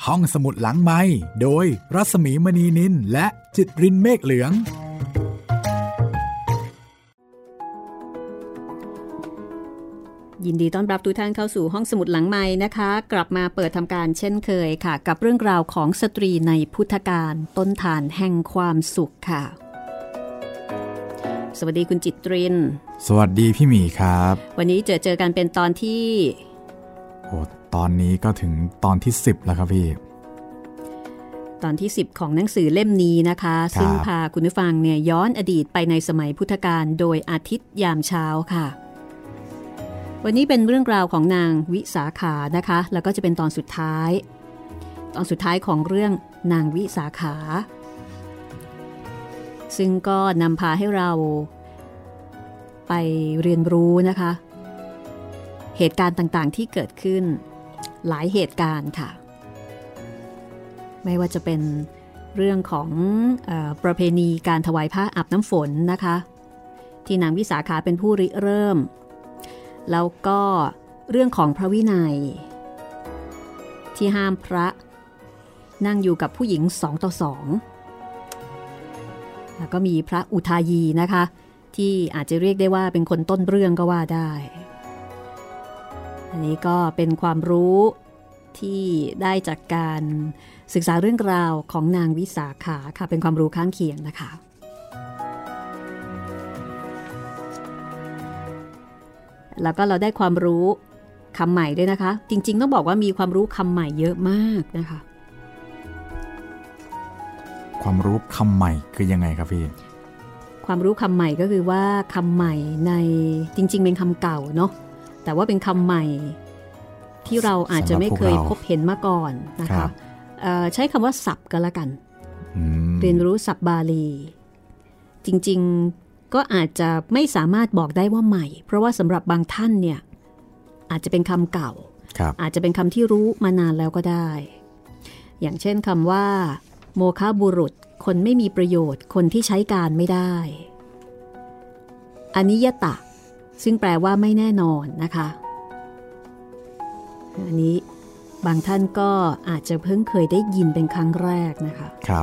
ห้องสมุดหลังไมค์โดยรัศมีมณีนินและจิตรินเมฆเหลืองยินดีต้อนรับทุกท่านเข้าสู่ห้องสมุดหลังไมค์นะคะกลับมาเปิดทำการเช่นเคยค่ะกับเรื่องราวของสตรีในพุทธกาลต้นฐานแห่งความสุขค่ะสวัสดีคุณจิตรินสวัสดีพี่หมีครับวันนี้เจอกันเป็นตอนที่ตอนนี้ก็ถึงตอนที่10แล้วครับพี่ตอนที่10ของหนังสือเล่มนี้นะคะซึ่งพาคุณผู้ฟังเนี่ยย้อนอดีตไปในสมัยพุทธกาลโดยอาทิตย์ยามเช้าค่ะวันนี้เป็นเรื่องราวของนางวิสาขานะคะแล้วก็จะเป็นตอนสุดท้ายของเรื่องนางวิสาขาซึ่งก็นำพาให้เราไปเรียนรู้นะคะเหตุการณ์ต่างๆที่เกิดขึ้นหลายเหตุการณ์ค่ะไม่ว่าจะเป็นเรื่องของประเพณีการถวายผ้าอาบน้ำฝนนะคะที่นางวิสาขาเป็นผู้ริเริ่มแล้วก็เรื่องของพระวินัยที่ห้ามพระนั่งอยู่กับผู้หญิง2 ต่อ 2แล้วก็มีพระอุทายีนะคะที่อาจจะเรียกได้ว่าเป็นคนต้นเรื่องก็ว่าได้อันนี้ก็เป็นความรู้ที่ได้จากการศึกษาเรื่องราวของนางวิสาขาค่ะเป็นความรู้ข้างเคียงนะคะแล้วก็เราได้ความรู้คำใหม่ด้วยนะคะจริงๆต้องบอกว่ามีความรู้คำใหม่เยอะมากนะคะความรู้คำใหม่คือยังไงครับพี่ความรู้คำใหม่ก็คือว่าคำใหม่ในจริงๆเป็นคำเก่าเนาะแต่ว่าเป็นคำใหม่ที่เราอาจจะไม่เคยพบเห็นมาก่อนนะคะใช้คำว่าศัพท์กันละกันเรียนรู้ศัพท์บาลีจริงๆก็อาจจะไม่สามารถบอกได้ว่าใหม่เพราะว่าสำหรับบางท่านเนี่ยอาจจะเป็นคำเก่าอาจจะเป็นคำที่รู้มานานแล้วก็ได้อย่างเช่นคำว่าโมฆะบุรุษคนไม่มีประโยชน์คนที่ใช้การไม่ได้อนิยตะซึ่งแปลว่าไม่แน่นอนนะคะอันนี้บางท่านก็อาจจะเพิ่งเคยได้ยินเป็นครั้งแรกนะคะครับ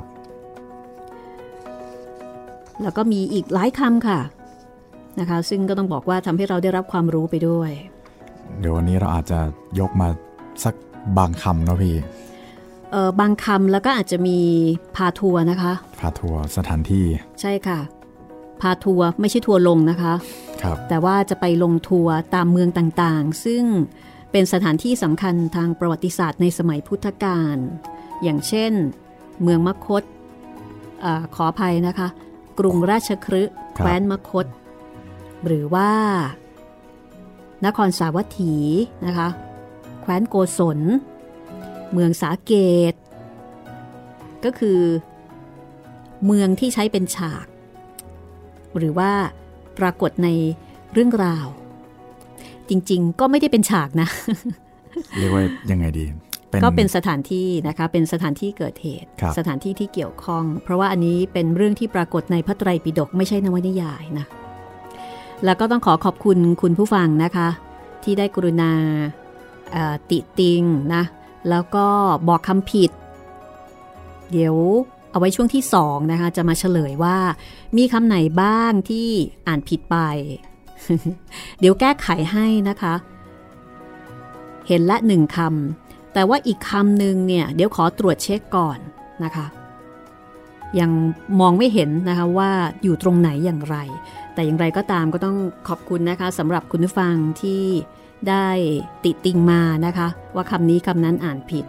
แล้วก็มีอีกหลายคำค่ะนะคะซึ่งก็ต้องบอกว่าทำให้เราได้รับความรู้ไปด้วยเดี๋ยววันนี้เราอาจจะยกมาสักบางคำเนาะพี่บางคำแล้วก็อาจจะมีพาทัวร์นะคะพาทัวร์สถานที่ใช่ค่ะพาทัวร์ไม่ใช่ทัวร์ลงนะคะครับแต่ว่าจะไปลงทัวร์ตามเมืองต่างๆซึ่งเป็นสถานที่สำคัญทางประวัติศาสตร์ในสมัยพุทธกาลอย่างเช่นเมืองมคธขออภัยนะคะกรุงราชคฤห์แคว้นมคธหรือว่านครสาวัตถีนะคะแคว้นโกศลเมืองสาเกตก็คือเมืองที่ใช้เป็นฉากหรือว่าปรากฏในเรื่องราวจริงๆก็ไม่ได้เป็นฉากนะเรียกว่ายังไงดีก็เป็นสถานที่นะคะเป็นสถานที่เกิดเหตุสถานที่ที่เกี่ยวข้องเพราะว่าอันนี้เป็นเรื่องที่ปรากฏในพระไตรปิฎกไม่ใช่นวนิยายนะแล้วก็ต้องขอบคุณคุณผู้ฟังนะคะที่ได้กรุณาติติงนะแล้วก็บอกคำผิดเดี๋ยวเอาไว้ช่วงที่2นะคะจะมาเฉลยว่ามีคำไหนบ้างที่อ่านผิดไป เดี๋ยวแก้ไขให้นะคะเห็นละ1คำแต่ว่าอีกคำหนึ่งเนี่ยเดี๋ยวขอตรวจเช็คก่อนนะคะยังมองไม่เห็นนะคะว่าอยู่ตรงไหนอย่างไรแต่อย่างไรก็ตามก็ต้องขอบคุณนะคะสำหรับคุณผู้ฟังที่ได้ติติงมานะคะว่าคำนี้คำนั้นอ่านผิด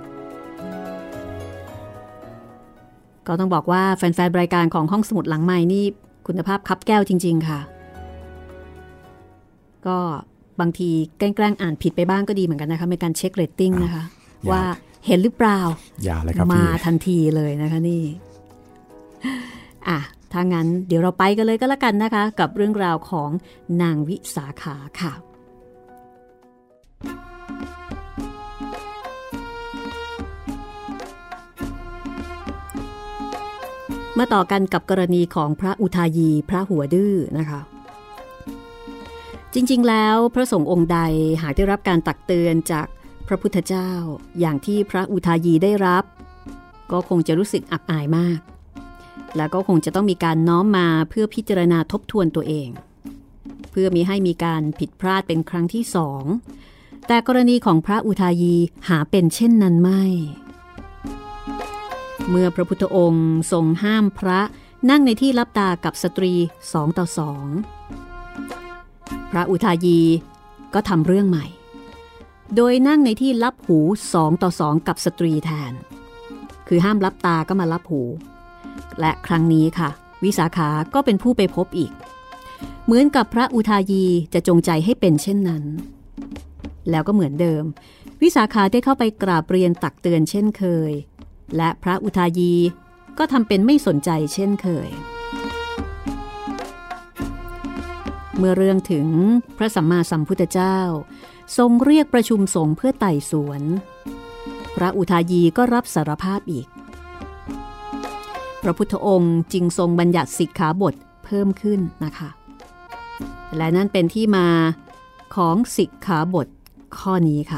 ก็ต้องบอกว่าแฟนๆรายการของห้องสมุดหลังไมค์นี่คุณภาพคับแก้วจริงๆค่ะก็บางทีแกล้งอ่านผิดไปบ้างก็ดีเหมือนกันนะคะในการเช็คเรตติ้งนะคะว่าเห็นหรือเปล่าอย่าเลยครับมาทันทีเลยนะคะนี่ถ้างั้นเดี๋ยวเราไปกันเลยก็แล้วกันนะคะกับเรื่องราวของนางวิสาขาค่ะมาต่อกันกับกรณีของพระอุทายีพระหัวดื้อนะคะจริงๆแล้วพระสงฆ์องค์ใดหากได้รับการตักเตือนจากพระพุทธเจ้าอย่างที่พระอุทายีได้รับก็คงจะรู้สึกอับอายมากแล้วก็คงจะต้องมีการน้อมมาเพื่อพิจารณาทบทวนตัวเองเพื่อมิให้มีการผิดพลาดเป็นครั้งที่สองแต่กรณีของพระอุทายีหาเป็นเช่นนั้นไม่เมื่อพระพุทธองค์ทรงห้ามพระนั่งในที่ลับตากับสตรี2 ต่อ 2พระอุทายีก็ทำเรื่องใหม่โดยนั่งในที่ลับหู2 ต่อ 2กับสตรีแทนคือห้ามลับตาก็มาลับหูและครั้งนี้ค่ะวิสาขาก็เป็นผู้ไปพบอีกเหมือนกับพระอุทายีจะจงใจให้เป็นเช่นนั้นแล้วก็เหมือนเดิมวิสาขาได้เข้าไปกราบเรียนตักเตือนเช่นเคยและพระอุทายีก็ทำเป็นไม่สนใจเช่นเคยเมื่อเรื่องถึงพระสัมมาสัมพุทธเจ้าทรงเรียกประชุมสงฆ์เพื่อไต่สวนพระอุทายีก็รับสารภาพอีกพระพุทธองค์จึงทรงบัญญัติสิกขาบทเพิ่มขึ้นนะคะและนั่นเป็นที่มาของสิกขาบทข้อนี้ค่ะ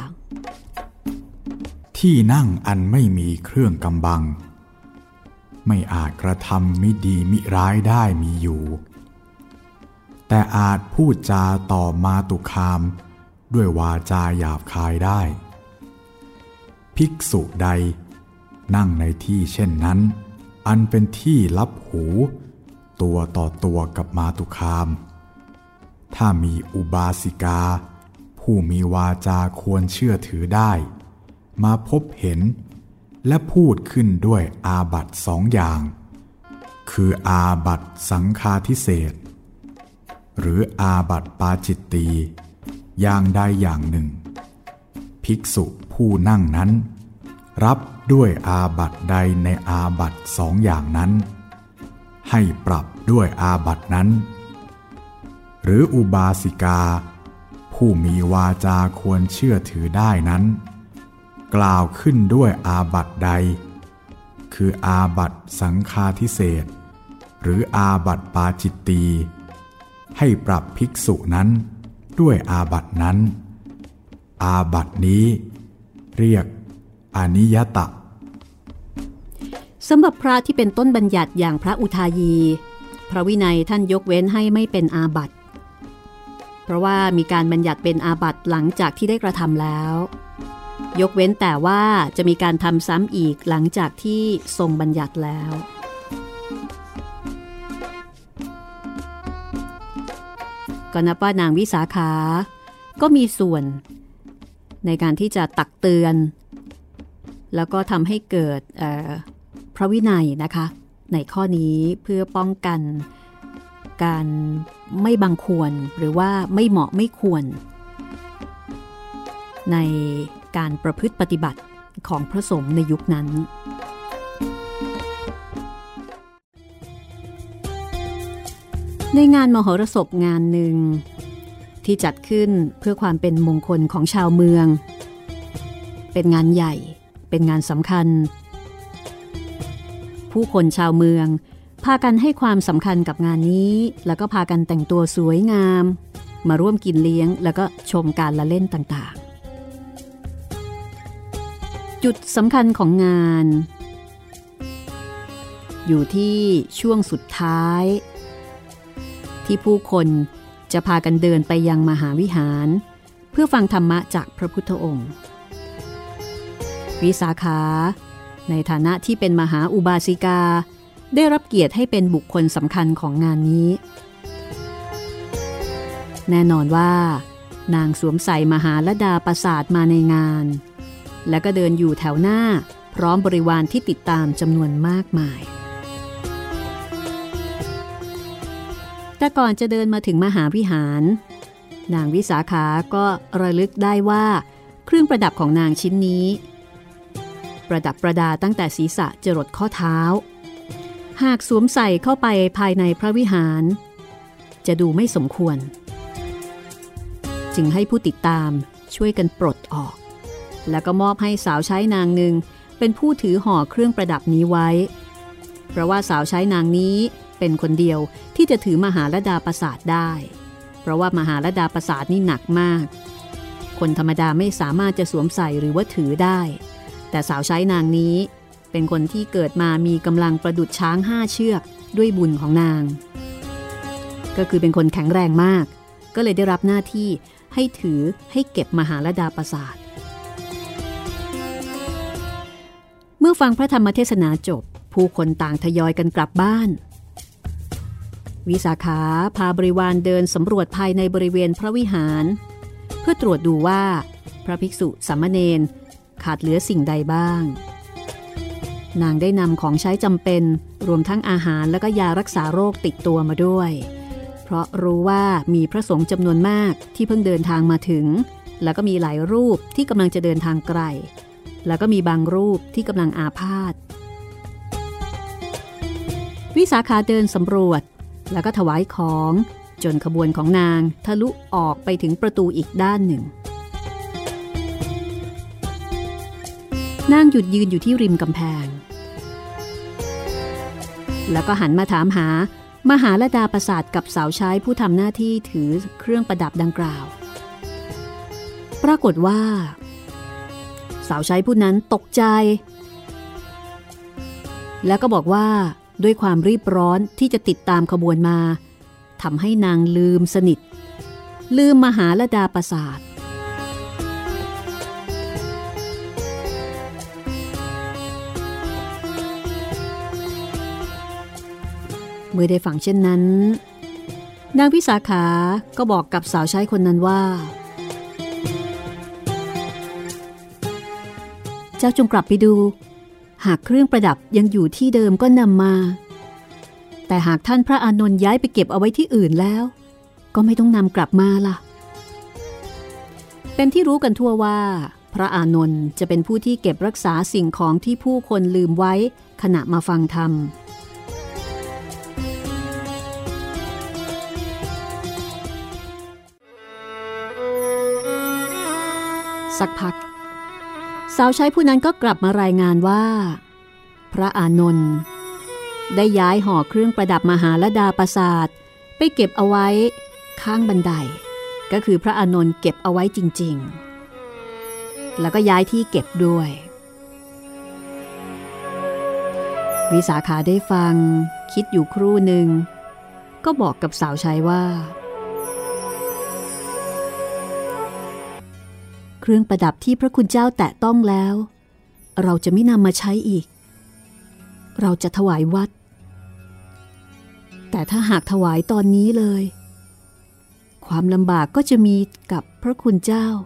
ที่นั่งอันไม่มีเครื่องกำบังไม่อาจกระทำมิดีมิร้ายได้มีอยู่แต่อาจพูดจาต่อมาตุคามด้วยวาจาหยาบคายได้ภิกษุใดนั่งในที่เช่นนั้นอันเป็นที่ลับหูตัวต่อตัวกับมาตุคามถ้ามีอุบาสิกาผู้มีวาจาควรเชื่อถือได้มาพบเห็นและพูดขึ้นด้วยอาบัติ2 อย่างคืออาบัติสังฆาทิเศษหรืออาบัติปาจิตตีอย่างใดอย่างหนึ่งภิกษุผู้นั่งนั้นรับด้วยอาบัติใดในอาบัติ2 อย่างนั้นให้ปรับด้วยอาบัตินั้นหรืออุบาสิกาผู้มีวาจาควรเชื่อถือได้นั้นกล่าวขึ้นด้วยอาบัติใดคืออาบัติสังฆาทิเศษหรืออาบัติปาจิตตีให้ปรับภิกษุนั้นด้วยอาบัตินั้นอาบัตินี้เรียกอนิยตะสำหรับพระที่เป็นต้นบัญญัติอย่างพระอุทายีพระวินัยท่านยกเว้นให้ไม่เป็นอาบัติเพราะว่ามีการบัญญัติเป็นอาบัติหลังจากที่ได้กระทำแล้วยกเว้นแต่ว่าจะมีการทำซ้ำอีกหลังจากที่ทรงบัญญัติแล้วก็นับว่านางวิสาขาก็มีส่วนในการที่จะตักเตือนแล้วก็ทำให้เกิดพระวินัยนะคะในข้อนี้เพื่อป้องกันการไม่บังควรหรือว่าไม่เหมาะไม่ควรในการประพฤติปฏิบัติของพระสงฆ์ในยุคนั้นในงานมหรสพงานหนึ่งที่จัดขึ้นเพื่อความเป็นมงคลของชาวเมืองเป็นงานใหญ่เป็นงานสำคัญผู้คนชาวเมืองพากันให้ความสำคัญกับงานนี้แล้วก็พากันแต่งตัวสวยงามมาร่วมกินเลี้ยงแล้วก็ชมการละเล่นต่างๆจุดสำคัญของงานอยู่ที่ช่วงสุดท้ายที่ผู้คนจะพากันเดินไปยังมหาวิหารเพื่อฟังธรรมะจากพระพุทธองค์วิสาขาในฐานะที่เป็นมหาอุบาสิกาได้รับเกียรติให้เป็นบุคคลสำคัญของงานนี้แน่นอนว่านางสวมใส่มหาลดาปราสาทมาในงานและก็เดินอยู่แถวหน้าพร้อมบริวารที่ติดตามจำนวนมากมายแต่ก่อนจะเดินมาถึงมหาวิหารนางวิสาขาก็ระลึกได้ว่าเครื่องประดับของนางชิ้นนี้ประดับประดาตั้งแต่ศีรษะจรดข้อเท้าหากสวมใส่เข้าไปภายในพระวิหารจะดูไม่สมควรจึงให้ผู้ติดตามช่วยกันปลดออกแล้วก็มอบให้สาวใช้นางหนึ่งเป็นผู้ถือห่อเครื่องประดับนี้ไว้เพราะว่าสาวใช้นางนี้เป็นคนเดียวที่จะถือมหาลดาปราสาทได้เพราะว่ามหาลดาปราสาทนี่หนักมากคนธรรมดาไม่สามารถจะสวมใส่หรือว่าถือได้แต่สาวใช้นางนี้เป็นคนที่เกิดมามีกำลังประดุจช้าง5 เชือกด้วยบุญของนางก็คือเป็นคนแข็งแรงมากก็เลยได้รับหน้าที่ให้ถือให้เก็บมหาลดาปราสาทเมื่อฟังพระธรรมเทศนาจบผู้คนต่างทยอยกันกลับบ้านวิสาขาพาบริวารเดินสำรวจภายในบริเวณพระวิหารเพื่อตรวจดูว่าพระภิกษุสามเณรขาดเหลือสิ่งใดบ้างนางได้นำของใช้จำเป็นรวมทั้งอาหารและก็ยารักษาโรคติดตัวมาด้วยเพราะรู้ว่ามีพระสงฆ์จำนวนมากที่เพิ่งเดินทางมาถึงแล้วก็มีหลายรูปที่กำลังจะเดินทางไกลแล้วก็มีบางรูปที่กำลังอาพาธวิสาขาเดินสำรวจแล้วก็ถวายของจนขบวนของนางทะลุออกไปถึงประตูอีกด้านหนึ่งนางหยุดยืนอยู่ที่ริมกำแพงแล้วก็หันมาถามหามหาลดาปราสาทกับสาวใช้ผู้ทำหน้าที่ถือเครื่องประดับดังกล่าวปรากฏว่าสาวใช้ผู้นั้นตกใจแล้วก็บอกว่าด้วยความรีบร้อนที่จะติดตามขบวนมาทำให้นางลืมสนิทลืมมหาลดาปราสาทเมื่อได้ฟังเช่นนั้นนางวิสาขาก็บอกกับสาวใช้คนนั้นว่าเจ้าจงกลับไปดูหากเครื่องประดับยังอยู่ที่เดิมก็นำมาแต่หากท่านพระอานนท์ย้ายไปเก็บเอาไว้ที่อื่นแล้วก็ไม่ต้องนำกลับมาล่ะเป็นที่รู้กันทั่วว่าพระอานนท์จะเป็นผู้ที่เก็บรักษาสิ่งของที่ผู้คนลืมไว้ขณะมาฟังธรรมสักพักสาวใช้ผู้นั้นก็กลับมารายงานว่าพระอานนท์ได้ย้ายห่อเครื่องประดับมหาลดาปราสาทไปเก็บเอาไว้ข้างบันไดก็คือพระอานนท์เก็บเอาไว้จริงๆแล้วก็ย้ายที่เก็บด้วยวิสาขาได้ฟังคิดอยู่ครู่หนึ่งก็บอกกับสาวใช้ว่าเครื่องประดับที่พระคุณเจ้าแตะต้องแล้วเราจะไม่นำมาใช้อีกเราจะถวายวัดแต่ถ้าหากถวายตอนนี้เลยความลำบากก็จะมีกับพระคุณเจ้า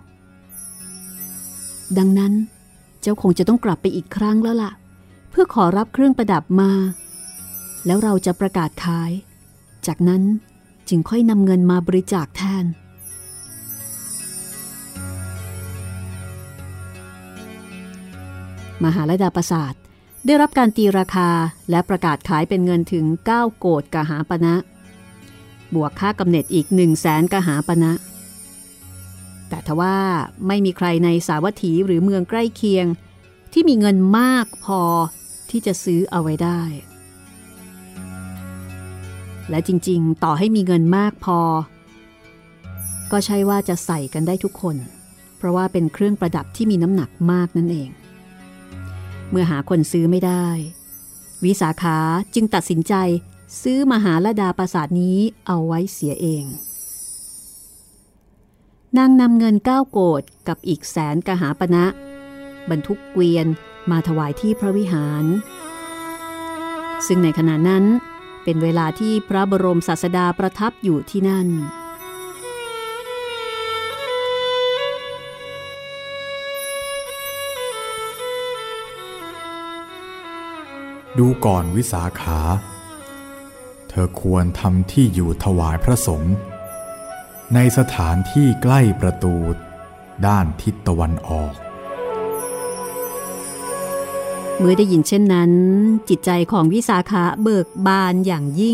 ดังนั้นเจ้าคงจะต้องกลับไปอีกครั้งแล้วล่ะเพื่อขอรับเครื่องประดับมาแล้วเราจะประกาศขายจากนั้นจึงค่อยนำเงินมาบริจาคแทนมหาลดาปราสาทได้รับการตีราคาและประกาศขายเป็นเงินถึง9 โกฏกหาปณะบวกค่ากำเนิดอีก 100,000 กหาปณะแต่ทว่าไม่มีใครในสาวัตถีหรือเมืองใกล้เคียงที่มีเงินมากพอที่จะซื้อเอาไว้ได้และจริงๆต่อให้มีเงินมากพอก็ใช่ว่าจะใส่กันได้ทุกคนเพราะว่าเป็นเครื่องประดับที่มีน้ำหนักมากนั่นเองเมื่อหาคนซื้อไม่ได้วิสาขาจึงตัดสินใจซื้อมหาลดาปราสาทนี้เอาไว้เสียเองนางนำเงิน9 โกฏกับอีก100,000 กหาปณะบรรทุกเกวียนมาถวายที่พระวิหารซึ่งในขณะนั้นเป็นเวลาที่พระบรมศาสดาประทับอยู่ที่นั่นดูก่อนวิสาขาเธอควรทำที่อยู่ถวายพระสงฆ์ในสถานที่ใกล้ประตูด้านทิศตะวันออกเมื่อได้ยินเช่นนั้นจิตใจของวิสาขาเบิกบานอย่างยิ่ง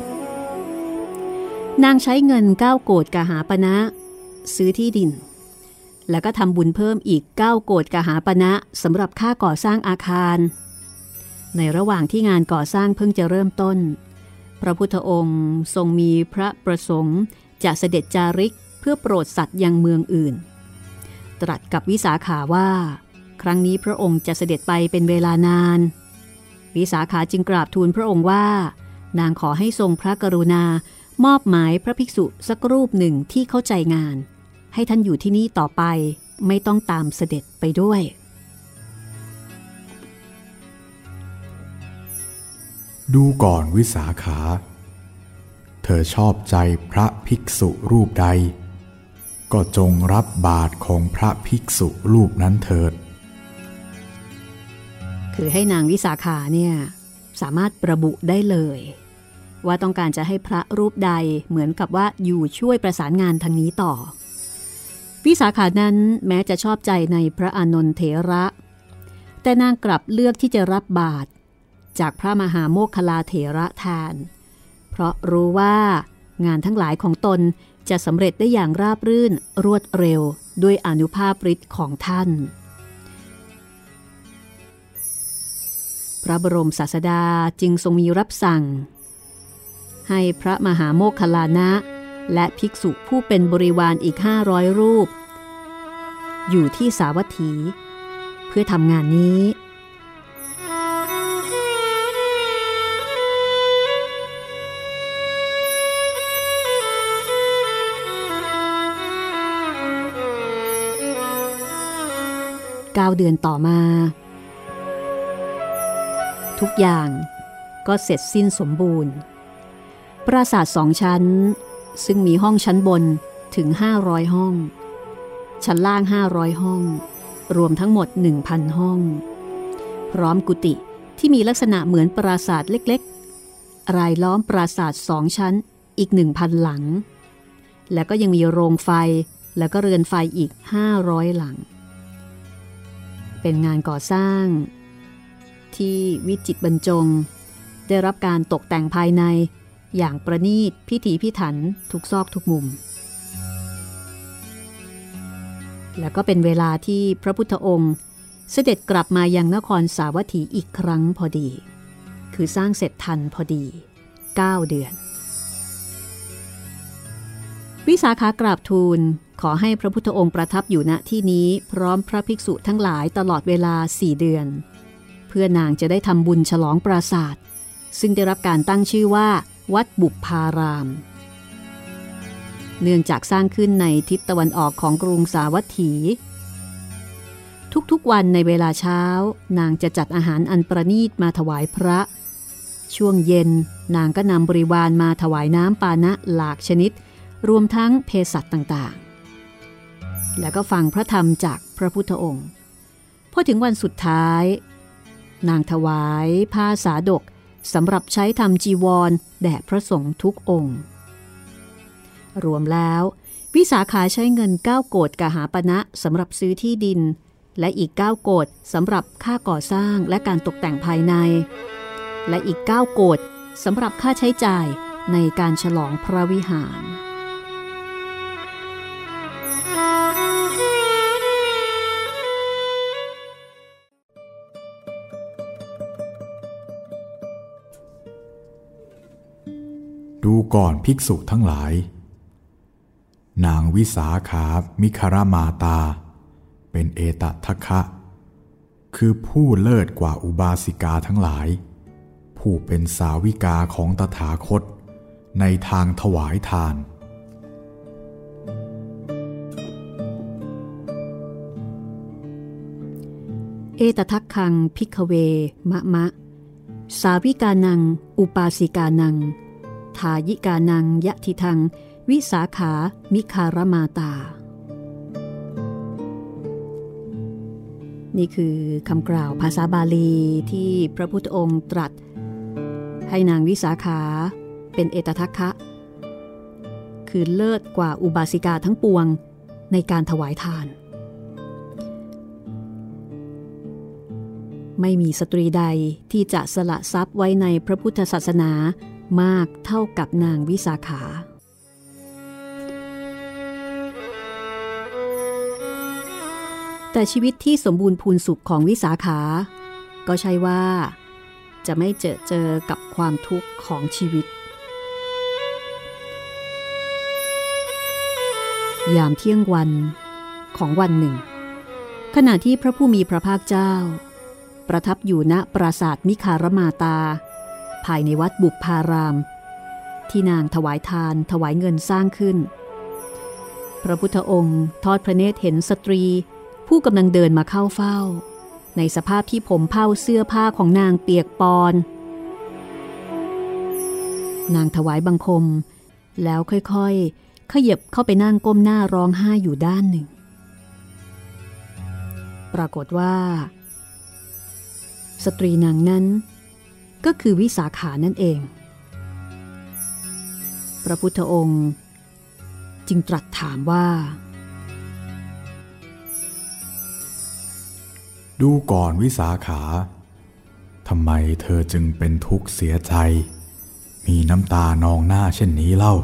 นางใช้เงิน9 โกฏกหาปณะซื้อที่ดินแล้วก็ทำบุญเพิ่มอีก9 โกฏกหาปณะสำหรับค่าก่อสร้างอาคารในระหว่างที่งานก่อสร้างเพิ่งจะเริ่มต้นพระพุทธองค์ทรงมีพระประสงค์จะเสด็จจาริกเพื่อโปรดสัตว์ยังเมืองอื่นตรัสกับวิสาขาว่าครั้งนี้พระองค์จะเสด็จไปเป็นเวลานานวิสาขาจึงกราบทูลพระองค์ว่านางขอให้ทรงพระกรุณามอบหมายพระภิกษุสักรูปหนึ่งที่เข้าใจงานให้ท่านอยู่ที่นี่ต่อไปไม่ต้องตามเสด็จไปด้วยดูก่อนวิสาขาเธอชอบใจพระภิกษุรูปใดก็จงรับบาตรของพระภิกษุรูปนั้นเถิดคือให้นางวิสาขาเนี่ยสามารถระบุได้เลยว่าต้องการจะให้พระรูปใดเหมือนกับว่าอยู่ช่วยประสานงานทางนี้ต่อวิสาขานั้นแม้จะชอบใจในพระอานนท์เถระแต่นางกลับเลือกที่จะรับบาตรจากพระมหาโมคคัลลาเถระแทนเพราะรู้ว่างานทั้งหลายของตนจะสำเร็จได้อย่างราบรื่นรวดเร็วด้วยอานุภาพฤทธิ์ของท่านพระบรมศาสดาจึงทรงมีรับสั่งให้พระมหาโมคคัลลานะและภิกษุผู้เป็นบริวารอีก500รูปอยู่ที่สาวัตถีเพื่อทำงานนี้9 เดือนต่อมาทุกอย่างก็เสร็จสิ้นสมบูรณ์ปราสาท2 ชั้นซึ่งมีห้องชั้นบนถึง500ห้องชั้นล่าง500ห้องรวมทั้งหมด 1,000 ห้องพร้อมกุฏิที่มีลักษณะเหมือนปราสาทเล็กๆรายล้อมปราสาท2 ชั้นอีก 1,000 หลังและก็ยังมีโรงไฟแล้วก็เรือนไฟอีก500หลังเป็นงานก่อสร้างที่วิจิตรบรรจงได้รับการตกแต่งภายในอย่างประณีตพิถีพิถันทุกซอกทุกมุมแล้วก็เป็นเวลาที่พระพุทธองค์เสด็จกลับมายังนครสาวัตถีอีกครั้งพอดีคือสร้างเสร็จทันพอดี9 เดือนวิสาขากราบทูลขอให้พระพุทธองค์ประทับอยู่ณที่นี้พร้อมพระภิกษุทั้งหลายตลอดเวลา4 เดือนเพื่อนางจะได้ทำบุญฉลองปราสาทซึ่งได้รับการตั้งชื่อว่าวัดบุพารามเนื่องจากสร้างขึ้นในทิศตะวันออกของกรุงสาวัตถีทุกๆวันในเวลาเช้านางจะจัดอาหารอันประณีตมาถวายพระช่วงเย็นนางก็นำบริวารมาถวายน้ำปานะหลากชนิดรวมทั้งเภสัชต่างๆแล้วก็ฟังพระธรรมจากพระพุทธองค์พอถึงวันสุดท้ายนางถวายผ้าสาดกสำหรับใช้ทำจีวรแด่พระสงฆ์ทุกองค์รวมแล้ววิสาขาใช้เงิน9 โกฏกหาปณะสำหรับซื้อที่ดินและอีก9 โกฏสำหรับค่าก่อสร้างและการตกแต่งภายในและอีก9 โกฏสำหรับค่าใช้จ่ายในการฉลองพระวิหารดูก่อนภิกษุทั้งหลายนางวิสาขามิครมาตาเป็นเอตทัคคะคือผู้เลิศกว่าอุบาสิกาทั้งหลายผู้เป็นสาวิกาของตถาคตในทางถวายทานเอตทัคคังภิกขเวมะสาวิกานังอุปาสิกานังทายิกานังยะทิทังวิสาขามิคารมาตานี่คือคำกล่าวภาษาบาลีที่พระพุทธองค์ตรัสให้นางวิสาขาเป็นเอตทัคคะคือเลิศกว่าอุบาสิกาทั้งปวงในการถวายทานไม่มีสตรีใดที่จะสละทรัพย์ไว้ในพระพุทธศาสนามากเท่ากับนางวิสาขาแต่ชีวิตที่สมบูรณ์พูนสุขของวิสาขาก็ใช่ว่าจะไม่เจอกับความทุกข์ของชีวิตยามเที่ยงวันของวันหนึ่งขณะที่พระผู้มีพระภาคเจ้าประทับอยู่ณปราสาทมิคารมาตาภายในวัดบุพพารามที่นางถวายทานถวายเงินสร้างขึ้นพระพุทธองค์ทอดพระเนตรเห็นสตรีผู้กำลังเดินมาเข้าเฝ้าในสภาพที่ผมเผ้าเสื้อผ้าของนางเปียกปอนนางถวายบังคมแล้วค่อยๆขยับเข้าไปนั่งก้มหน้าร้องไห้อยู่ด้านหนึ่งปรากฏว่าสตรีนางนั้นก็คือวิสาขานั่นเองพระพุทธองค์จึงตรัสถามว่าดูก่อนวิสาขาทำไมเธอจึงเป็นทุกข์เสียใจมีน้ำตานองหน้าเช่นนี้เล่า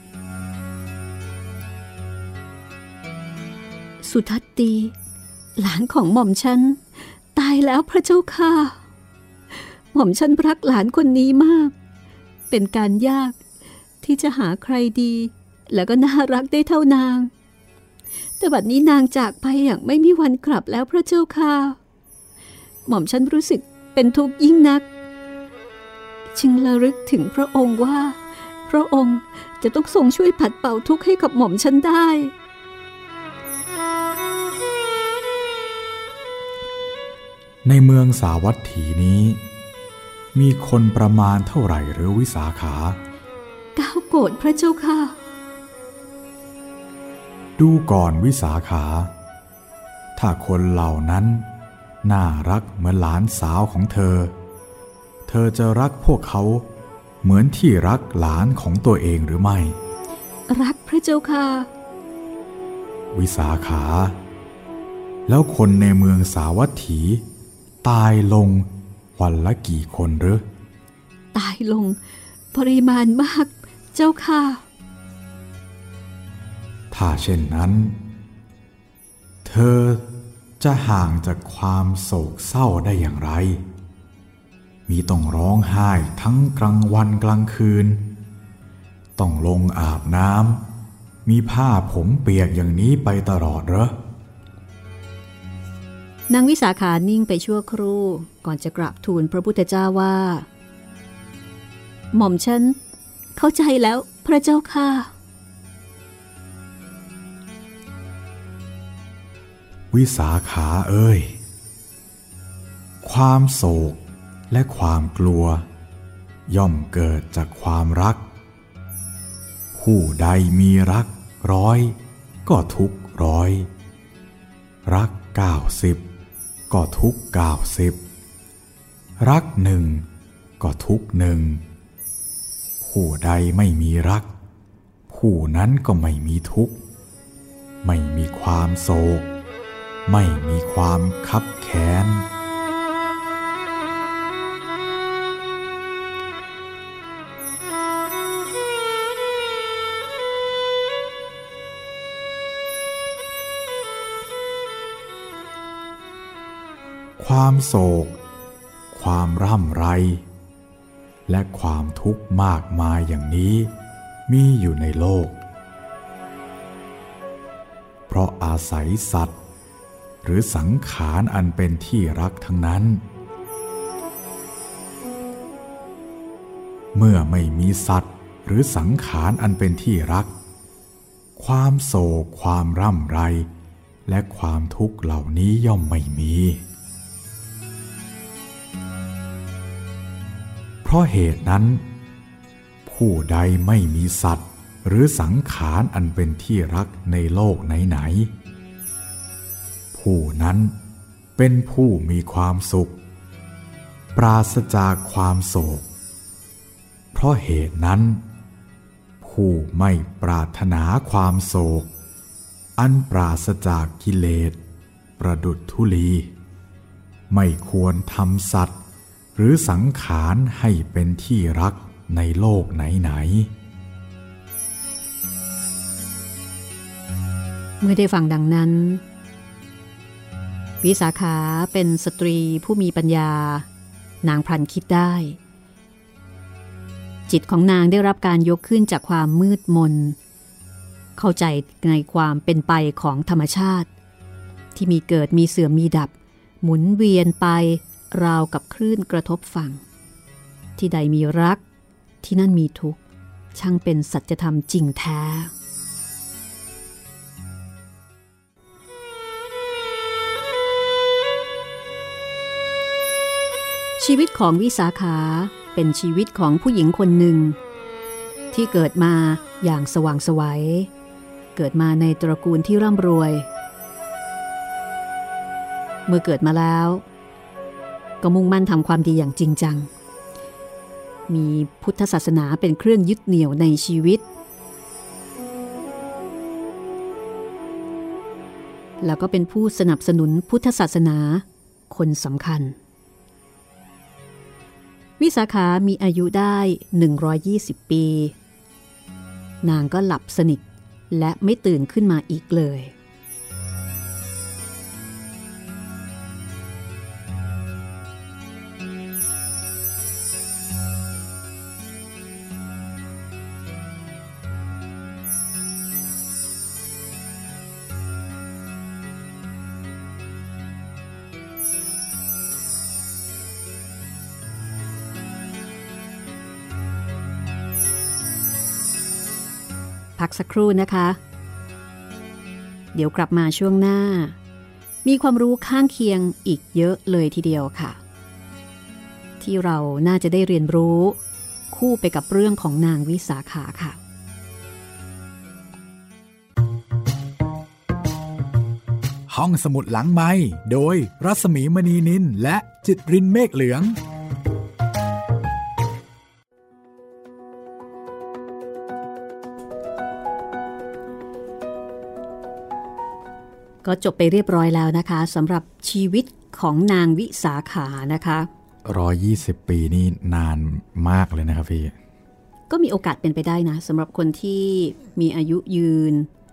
สุทัตตีหลานของหม่อมฉันตายแล้วพระเจ้าค่ะหม่อมฉันรักหลานคนนี้มากเป็นการยากที่จะหาใครดีแล้วก็น่ารักได้เท่านางแต่บัดนี้นางจากไปอย่างไม่มีวันกลับแล้วพระเจ้าค่ะหม่อมฉันรู้สึกเป็นทุกข์ยิ่งนักจึงระลึกถึงพระองค์ว่าพระองค์จะต้องทรงช่วยปัดเป่าทุกข์ให้กับหม่อมฉันได้ในเมืองสาวัตถีนี้มีคนประมาณเท่าไหร่หรือวิสาขา 9 โกฏพระเจ้าค่ะดูก่อนวิสาขาถ้าคนเหล่านั้นน่ารักเหมือนหลานสาวของเธอจะรักพวกเขาเหมือนที่รักหลานของตัวเองหรือไม่รักพระเจ้าค่ะวิสาขาแล้วคนในเมืองสาวัตถีตายลงวันละกี่คนหรือตายลงปริมาณมากเจ้าค่ะถ้าเช่นนั้นเธอจะห่างจากความโศกเศร้าได้อย่างไรมีต้องร้องไห้ทั้งกลางวันกลางคืนต้องลงอาบน้ำมีผ้าผมเปียกอย่างนี้ไปตลอดเหรอนางวิสาขานิ่งไปชั่วครู่ก่อนจะกราบทูลพระพุทธเจ้าว่าหม่อมฉันเข้าใจแล้วพระเจ้าค่ะวิสาขาเอ้ยความโศกและความกลัวย่อมเกิดจากความรักผู้ใดมีรัก100ก็ทุกข์100รัก90ก็ทุกข์90รัก1ก็ทุกข์1ผู้ใดไม่มีรักผู้นั้นก็ไม่มีทุกข์ไม่มีความโศกไม่มีความคับแค้นความโศกความร่ำไรและความทุกข์มากมายอย่างนี้มีอยู่ในโลกเพราะอาศัยสัตว์หรือสังขารอันเป็นที่รักทั้งนั้นเมื่อไม่มีสัตว์หรือสังขารอันเป็นที่รักความโศกความร่ำไรและความทุกข์เหล่านี้ย่อมไม่มีเพราะเหตุนั้นผู้ใดไม่มีสัตว์หรือสังขารอันเป็นที่รักในโลกไหนๆผู้นั้นเป็นผู้มีความสุขปราศจากความโศกเพราะเหตุนั้นผู้ไม่ปรารถนาความโศกอันปราศจากกิเลสประดุจธุลีไม่ควรทำสัตว์หรือสังขารให้เป็นที่รักในโลกไหนเมื่อได้ฟังดังนั้นวิสาขาเป็นสตรีผู้มีปัญญานางพลันคิดได้จิตของนางได้รับการยกขึ้นจากความมืดมนเข้าใจในความเป็นไปของธรรมชาติที่มีเกิดมีเสื่อมมีดับหมุนเวียนไปราวกับคลื่นกระทบฝั่งที่ใดมีรักที่นั่นมีทุกข์ช่างเป็นสัจธรรมจริงแท้ชีวิตของวิสาขาเป็นชีวิตของผู้หญิงคนหนึ่งที่เกิดมาอย่างสว่างไสวเกิดมาในตระกูลที่ร่ำรวยเมื่อเกิดมาแล้วก็มุ่งมั่นทำความดีอย่างจริงจังมีพุทธศาสนาเป็นเครื่องยึดเหนี่ยวในชีวิตแล้วก็เป็นผู้สนับสนุนพุทธศาสนาคนสำคัญวิสาขามีอายุได้120ปีนางก็หลับสนิทและไม่ตื่นขึ้นมาอีกเลยพักสักครู่นะคะเดี๋ยวกลับมาช่วงหน้ามีความรู้ข้างเคียงอีกเยอะเลยทีเดียวค่ะที่เราน่าจะได้เรียนรู้คู่ไปกับเรื่องของนางวิสาขาค่ะห้องสมุดหลังไมค์โดยรัศมีมณีนินและจิตรินเมฆเหลืองก็จบไปเรียบร้อยแล้วนะคะสำหรับชีวิตของนางวิสาขานะคะ 120 ปีนี่นานมากเลยนะครับพี่ก็มีโอกาสเป็นไปได้นะสำหรับคนที่มีอายุยืน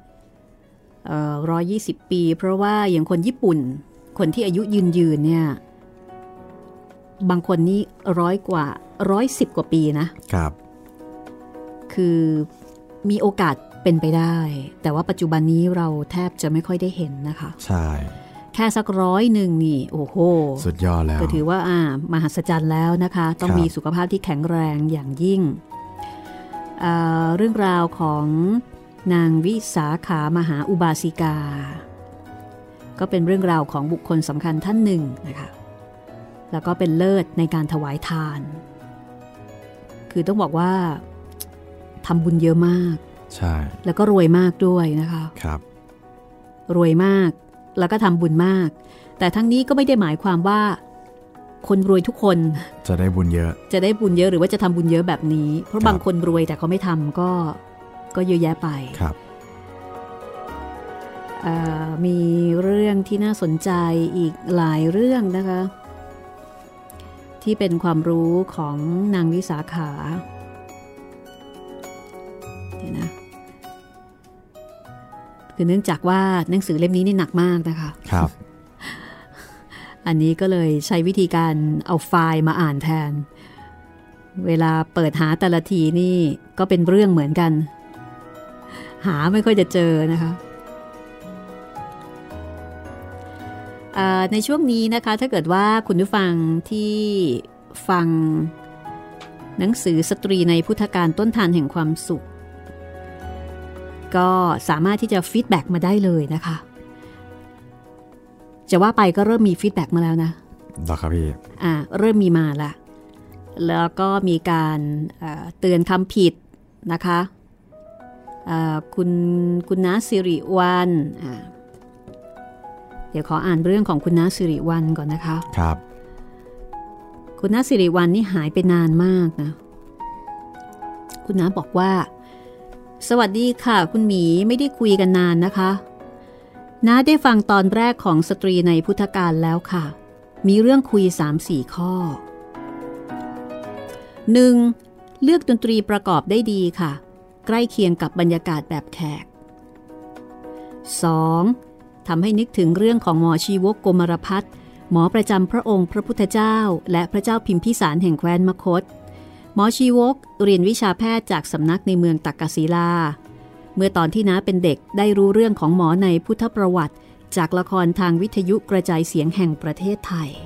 120 ปีเพราะว่าอย่างคนญี่ปุ่นคนที่อายุยืนเนี่ยบางคนนี่100 กว่า110 กว่าปีนะครับคือมีโอกาสเป็นไปได้แต่ว่าปัจจุบันนี้เราแทบจะไม่ค่อยได้เห็นนะคะใช่แค่สัก100นี่โอ้โหสุดยอดแล้วก็ถือว่ามหัศจรรย์แล้วนะคะต้องมีสุขภาพที่แข็งแรงอย่างยิ่งเรื่องราวของนางวิสาขามหาอุบาสิกาก็เป็นเรื่องราวของบุคคลสำคัญท่านหนึ่งนะคะแล้วก็เป็นเลิศในการถวายทานคือต้องบอกว่าทำบุญเยอะมากใช่แล้วก็รวยมากด้วยนะคะครับรวยมากแล้วก็ทำบุญมากแต่ทั้งนี้ก็ไม่ได้หมายความว่าคนรวยทุกคนจะได้บุญเยอะหรือว่าจะทำบุญเยอะแบบนี้เพราะบางคนรวยแต่เขาไม่ทำก็เยอะแยะไปครับมีเรื่องที่น่าสนใจอีกหลายเรื่องนะคะที่เป็นความรู้ของนางวิสาขานะคือเนื่องจากว่าหนังสือเล่มนี้นี่หนักมากนะคะครับอันนี้ก็เลยใช้วิธีการเอาไฟล์มาอ่านแทนเวลาเปิดหาแต่ละทีนี่ก็เป็นเรื่องเหมือนกันหาไม่ค่อยจะเจอนะคะในช่วงนี้นะคะถ้าเกิดว่าคุณผู้ฟังที่ฟังหนังสือสตรีในพุทธกาลต้นทานแห่งความสุขก็สามารถที่จะฟีดแบ็กมาได้เลยนะคะจะว่าไปก็เริ่มมีฟีดแบ็กมาแล้วนะหรอครับพี่เริ่มมีมาละแล้วก็มีการเตือนคำผิดนะคะคุณน้าสิริวัลย์เดี๋ยวขออ่านเรื่องของคุณน้าสิริวัลย์ก่อนนะคะครับคุณน้าสิริวัลย์นี่หายไปนานมากนะคุณน้าบอกว่าสวัสดีค่ะคุณหมีไม่ได้คุยกันนานนะคะน้าได้ฟังตอนแรกของสตรีในพุทธกาลแล้วค่ะมีเรื่องคุย 3-4 ข้อ 1. เลือกดนตรีประกอบได้ดีค่ะใกล้เคียงกับบรรยากาศแบบแขก 2. ทำให้นึกถึงเรื่องของหมอชีวกโกมารพัสหมอประจำพระองค์พระพุทธเจ้าและพระเจ้าพิมพิสารแห่งแคว้นมคธหมอชีวกเรียนวิชาแพทย์จากสำนักในเมืองตักกศิลาเมื่อตอนที่น้าเป็นเด็กได้รู้เรื่องของหมอในพุทธประวัติจากละครทางวิทยุกระจายเสียงแห่งประเทศไทย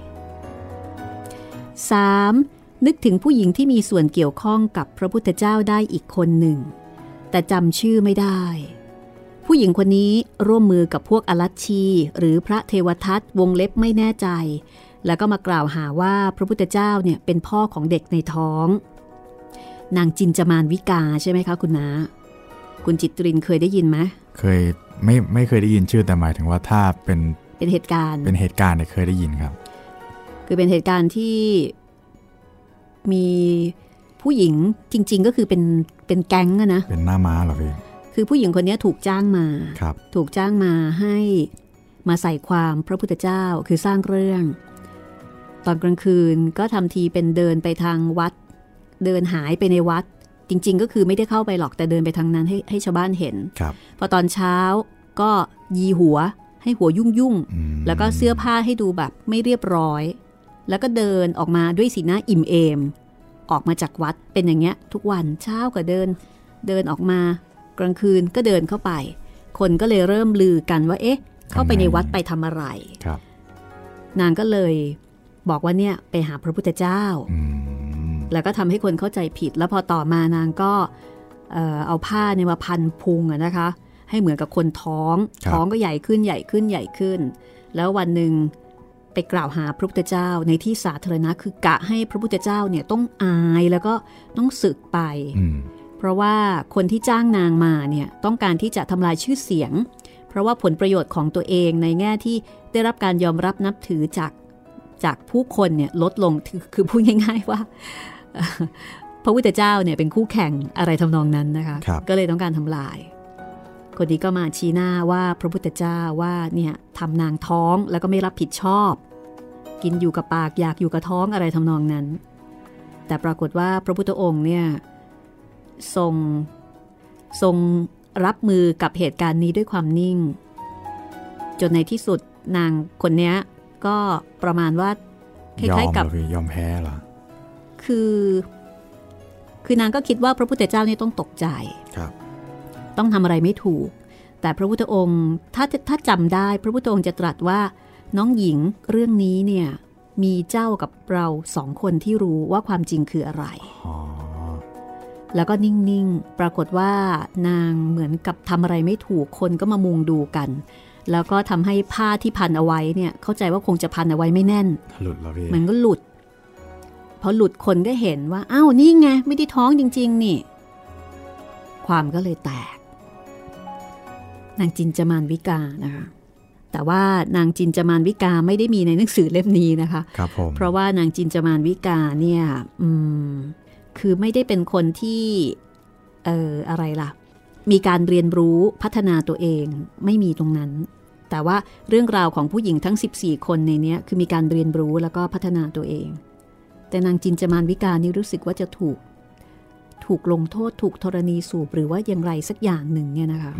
3. นึกถึงผู้หญิงที่มีส่วนเกี่ยวข้องกับพระพุทธเจ้าได้อีกคนหนึ่งแต่จำชื่อไม่ได้ผู้หญิงคนนี้ร่วมมือกับพวกอลัชชีหรือพระเทวทัตวงเล็บไม่แน่ใจแล้วก็มากล่าวหาว่าพระพุทธเจ้าเนี่ยเป็นพ่อของเด็กในท้องนางจินจามานวิกาใช่ไหมคะคุณน้าคุณจิตรินเคยได้ยินไหมเคยไม่เคยได้ยินชื่อแต่หมายถึงว่าถ้าเป็นเหตุการณ์เนี่ยเคยได้ยินครับคือเป็นเหตุการณ์ที่มีผู้หญิงจริงๆก็คือเป็นแก๊งนะเป็นหน้าม้าเหรอพี่คือผู้หญิงคนนี้ถูกจ้างมาครับถูกจ้างมาให้มาใส่ความพระพุทธเจ้าคือสร้างเรื่องตอนกลางคืนก็ทำทีเป็นเดินไปทางวัดเดินหายไปในวัดจริงๆก็คือไม่ได้เข้าไปหรอกแต่เดินไปทางนั้นให้ชาวบ้านเห็นพอตอนเช้าก็ยีหัวให้หัวยุ่งๆแล้วก็เสื้อผ้าให้ดูแบบไม่เรียบร้อยแล้วก็เดินออกมาด้วยสีหน้าอิ่มเอมออกมาจากวัดเป็นอย่างเงี้ยทุกวันเช้าก็เดินออกมากลางคืนก็เดินเข้าไปคนก็เลยเริ่มลือกันว่าเอ๊ะเข้าไปในวัดไปทำอะไรนางก็เลยบอกว่าเนี่ยไปหาพระพุทธเจ้าแล้วก็ทำให้คนเข้าใจผิดแล้วพอต่อมานางก็เอาผ้าเนี่ยมาพันพุงนะคะให้เหมือนกับคนท้องก็ใหญ่ขึ้นแล้ววันหนึ่งไปกล่าวหาพระพุทธเจ้าในที่สาธารณะคือกะให้พระพุทธเจ้าเนี่ยต้องอายแล้วก็ต้องสึกไปเพราะว่าคนที่จ้างนางมาเนี่ยต้องการที่จะทำลายชื่อเสียงเพราะว่าผลประโยชน์ของตัวเองในแง่ที่ได้รับการยอมรับนับถือจากผู้คนเนี่ยลดลงคือพูดง่ายๆว่าพระพุทธเจ้าเนี่ยเป็นคู่แข่งอะไรทำนองนั้นนะคะก็เลยต้องการทำลายคนนี้ก็มาชี้หน้าว่าพระพุทธเจ้าว่าเนี่ยทำนางท้องแล้วก็ไม่รับผิดชอบกินอยู่กับปากอยากอยู่กับท้องอะไรทำนองนั้นแต่ปรากฏว่าพระพุทธองค์เนี่ยทรงรับมือกับเหตุการณ์นี้ด้วยความนิ่งจนในที่สุดนางคนนี้ก็ประมาณว่าคล้ายๆกับยอมแพ้เหรอคือนางก็คิดว่าพระพุทธเจ้านี่ต้องตกใจต้องทำอะไรไม่ถูกแต่พระพุทธองค์ถ้าจำได้พระพุทธองค์จะตรัสว่าน้องหญิงเรื่องนี้เนี่ยมีเจ้ากับเราสองคนที่รู้ว่าความจริงคืออะไรแล้วก็นิ่งๆปรากฏว่านางเหมือนกับทำอะไรไม่ถูกคนก็มามุงดูกันแล้วก็ทำให้ผ้าที่พันเอาไว้เนี่ยเข้าใจว่าคงจะพันเอาไว้ไม่แน่นหลุดแล้วพี่มันก็หลุดพอหลุดคนก็เห็นว่าอ้าวนี่ไงไม่ได้ท้องจริงๆนี่ความก็เลยแตกนางจินจามานวิกานะคะแต่ว่านางจินจามานวิกาไม่ได้มีในหนังสือเล่มนี้นะคะครับผมเพราะว่านางจินจามานวิกาเนี่ยคือไม่ได้เป็นคนที่อะไรล่ะมีการเรียนรู้พัฒนาตัวเองไม่มีตรงนั้นแต่ว่าเรื่องราวของผู้หญิงทั้ง14คนในนี้คือมีการเรียนรู้แล้วก็พัฒนาตัวเองแต่นางจินจามานวิกานี่รู้สึกว่าจะถูกลงโทษถูกธรณีสูบหรือว่าอย่างไรสักอย่างหนึ่งเนี่ยนะคะ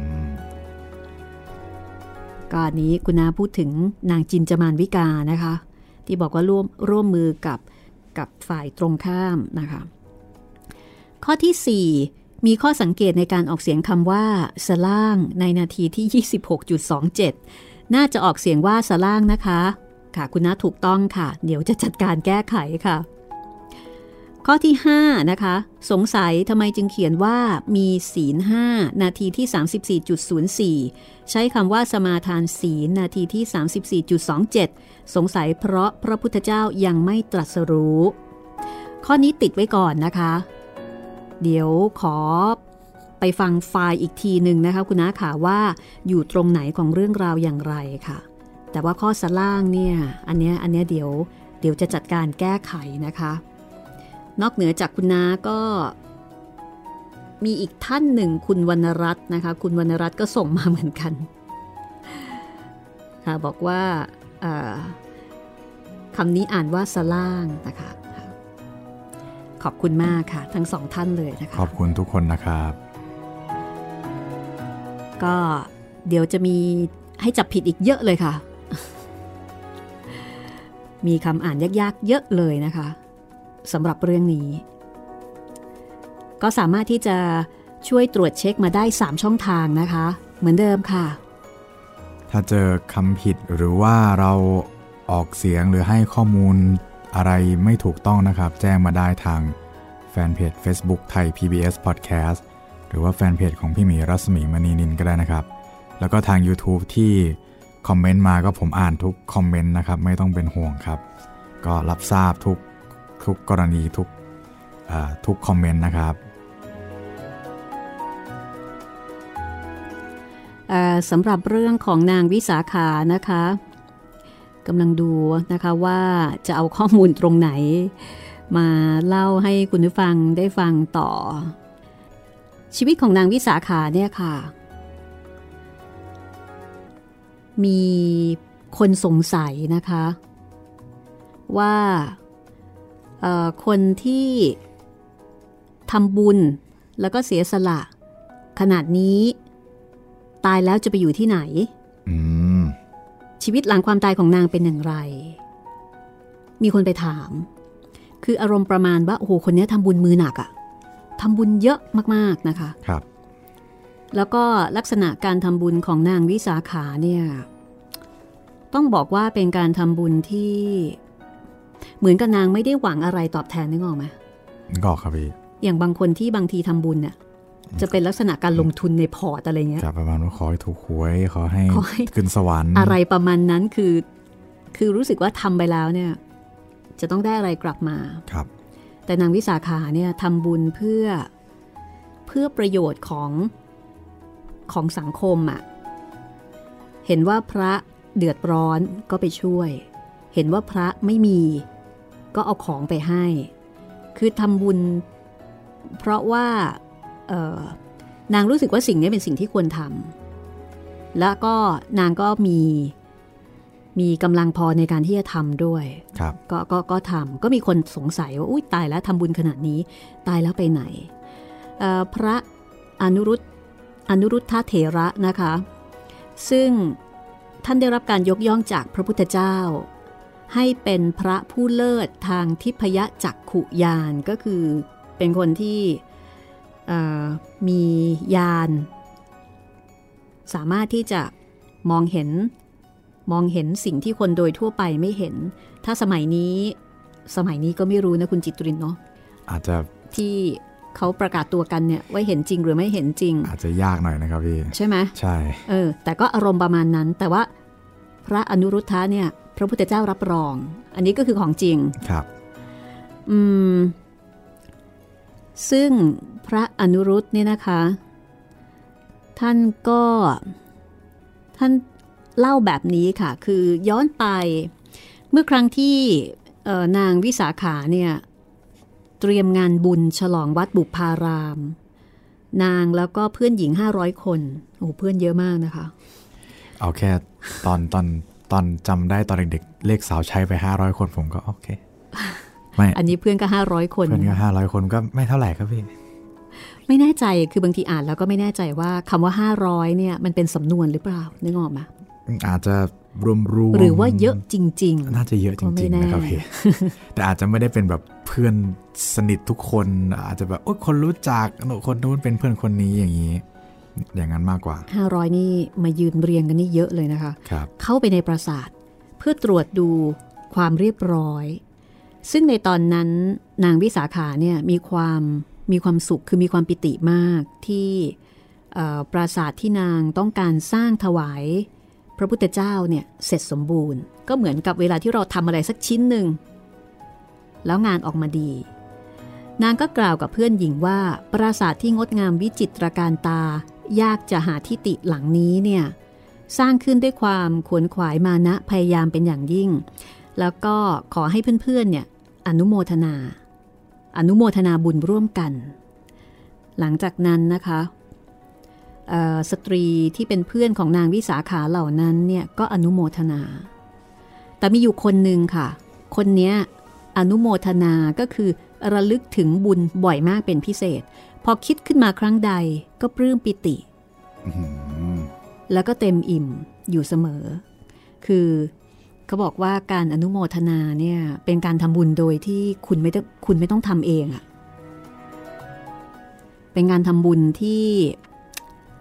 ก่อนนี้คุณนาพูดถึงนางจินจามานวิกานะคะที่บอกว่าร่วมมือกับฝ่ายตรงข้ามนะคะข้อที่4มีข้อสังเกตในการออกเสียงคำว่าสล่างในนาทีที่ 26.27 น่าจะออกเสียงว่าสล่างนะคะค่ะคุณนาถูกต้องค่ะเดี๋ยวจะจัดการแก้ไขค่ะข้อที่5นะคะสงสัยทำไมจึงเขียนว่ามีศีล5นาทีที่ 34.04 ใช้คำว่าสมาทานศีลนาทีที่ 34.27 สงสัยเพราะพระพุทธเจ้ายังไม่ตรัสรู้ข้อนี้ติดไว้ก่อนนะคะเดี๋ยวขอไปฟังไฟล์อีกทีหนึ่งนะคะคุณน้าค่ะว่าอยู่ตรงไหนของเรื่องราวอย่างไรค่ะแต่ว่าข้อสล่างเนี่ยอันเนี้ยเดี๋ยวจะจัดการแก้ไขนะคะนอกเหนือจากคุณน้าก็มีอีกท่านหนึ่งคุณวรรณรัตน์นะคะคุณวรรณรัตน์ก็ส่งมาเหมือนกันค่ะบอกว่าคำนี้อ่านว่าสล่างนะคะขอบคุณมากค่ะทั้งสองท่านเลยนะคะขอบคุณทุกคนนะครับก็เดี๋ยวจะมีให้จับผิดอีกเยอะเลยค่ะมีคำอ่านยากๆเยอะเลยนะคะสำหรับเรื่องนี้ก็สามารถที่จะช่วยตรวจเช็คมาได้3ช่องทางนะคะเหมือนเดิมค่ะถ้าเจอคำผิดหรือว่าเราออกเสียงหรือให้ข้อมูลอะไรไม่ถูกต้องนะครับแจ้งมาได้ทางแฟนเพจ Facebook ไทย PBS Podcast หรือว่าแฟนเพจของพี่หมีรัศมีมณีนินก็ได้นะครับแล้วก็ทาง YouTube ที่คอมเมนต์มาก็ผมอ่านทุกคอมเมนต์นะครับไม่ต้องเป็นห่วงครับก็รับทราบทุกกรณีทุกคอมเมนต์นะครับสำหรับเรื่องของนางวิสาขานะคะกำลังดูนะคะว่าจะเอาข้อมูลตรงไหนมาเล่าให้คุณผู้ฟังได้ฟังต่อชีวิตของนางวิสาขาเนี่ยค่ะมีคนสงสัยนะคะว่าคนที่ทำบุญแล้วก็เสียสละขนาดนี้ตายแล้วจะไปอยู่ที่ไหนชีวิตหลังความตายของนางเป็นอย่างไรมีคนไปถามคืออารมณ์ประมาณว่าโอ้โหคนนี้ทำบุญมือหนักอะทำบุญเยอะมากๆนะคะครับแล้วก็ลักษณะการทำบุญของนางวิสาขาเนี่ยต้องบอกว่าเป็นการทำบุญที่เหมือนกับนางไม่ได้หวังอะไรตอบแทนนึกออกไหมก็ครับพี่อย่างบางคนที่บางทีทำบุญเนี่ยจะเป็นลักษณะการลงทุนในพอร์ตอะไรเงี้ยประมาณว่าขอให้ถูกหวยขอให้ขึ้นสวรรค์อะไรประมาณนั้นคือรู้สึกว่าทำไปแล้วเนี่ยจะต้องได้อะไรกลับมาครับแต่นางวิสาขาเนี่ยทำบุญเพื่อประโยชน์ของสังคมอ่ะเห็นว่าพระเดือดร้อนก็ไปช่วยเห็นว่าพระไม่มีก็เอาของไปให้คือทำบุญเพราะว่านางรู้สึกว่าสิ่งนี้เป็นสิ่งที่ควรทำแล้วก็นางก็มีกำลังพอในการที่จะทำด้วยก็ทำก็มีคนสงสัยว่าอุ้ยตายแล้วทำบุญขนาดนี้ตายแล้วไปไหนพระอนุรุทธเถระนะคะซึ่งท่านได้รับการยกย่องจากพระพุทธเจ้าให้เป็นพระผู้เลิศทางทิพยจักขุญาณก็คือเป็นคนที่มีญาณสามารถที่จะมองเห็นสิ่งที่คนโดยทั่วไปไม่เห็นถ้าสมัยนี้ก็ไม่รู้นะคุณจิตรินเนาะอาจจะที่เขาประกาศตัวกันเนี่ยว่าเห็นจริงหรือไม่เห็นจริงอาจจะยากหน่อยนะครับพี่ใช่ไหมใช่แต่ก็อารมณ์ประมาณนั้นแต่ว่าพระอนุรุทธะเนี่ยพระพุทธเจ้ารับรองอันนี้ก็คือของจริงครับซึ่งพระอนุรุทธเนี่ยนะคะท่านเล่าแบบนี้ค่ะคือย้อนไปเมื่อครั้งที่นางวิสาขาเนี่ยเตรียมงานบุญฉลองวัดบุพารามนางแล้วก็เพื่อนหญิง500คนโอ้เพื่อนเยอะมากนะคะเอาแค่ตอนจำได้ตอนเด็กๆเลขสาวใช้ไป500คนผมก็โอเคไม่อันนี้เพื่อนก็500คนเพื่อนก็500คนก็ไม่เท่าไหร่ครับพี่ไม่แน่ใจคือบางทีอ่านแล้วก็ไม่แน่ใจว่าคำว่า500เนี่ยมันเป็นสำนวนหรือเปล่านึกออกไหมอาจจะรวมหรือว่าเยอะจริงๆน่าจะเยอะจริงๆนะครับพี่แต่อาจจะไม่ได้เป็นแบบเพื่อนสนิททุกคนอาจจะแบบโอ้คนรู้จักคนนู้นเป็นเพื่อนคนนี้อย่างนั้นมากกว่า 500นี่มายืนเรียงกันนี่เยอะเลยนะคะครับเข้าไปในปราสาทเพื่อตรวจดูความเรียบร้อยซึ่งในตอนนั้นนางวิสาขาเนี่ยมีความสุขคือมีความปิติมากที่ปราสาทที่นางต้องการสร้างถวายพระพุทธเจ้าเนี่ยเสร็จสมบูรณ์ก็เหมือนกับเวลาที่เราทำอะไรสักชิ้นหนึ่งแล้วงานออกมาดีนางก็กล่าวกับเพื่อนหญิงว่าปราสาทที่งดงามวิจิตรการตายากจะหาที่ติหลังนี้เนี่ยสร้างขึ้นด้วยความขวนขวายมานะพยายามเป็นอย่างยิ่งแล้วก็ขอให้เพื่อนๆเนี่ยอนุโมทนาบุญร่วมกันหลังจากนั้นนะคะสตรีที่เป็นเพื่อนของนางวิสาขาเหล่านั้นเนี่ยก็อนุโมทนาแต่มีอยู่คนหนึ่งค่ะคนนี้อนุโมทนาก็คือระลึกถึงบุญบ่อยมากเป็นพิเศษพอคิดขึ้นมาครั้งใดก็ปลื้มปิติแล้วก็เต็มอิ่มอยู่เสมอคือเขาบอกว่าการอนุโมทนาเนี่ยเป็นการทำบุญโดยที่คุณไม่ต้องทำเองอะเป็นการทำบุญที่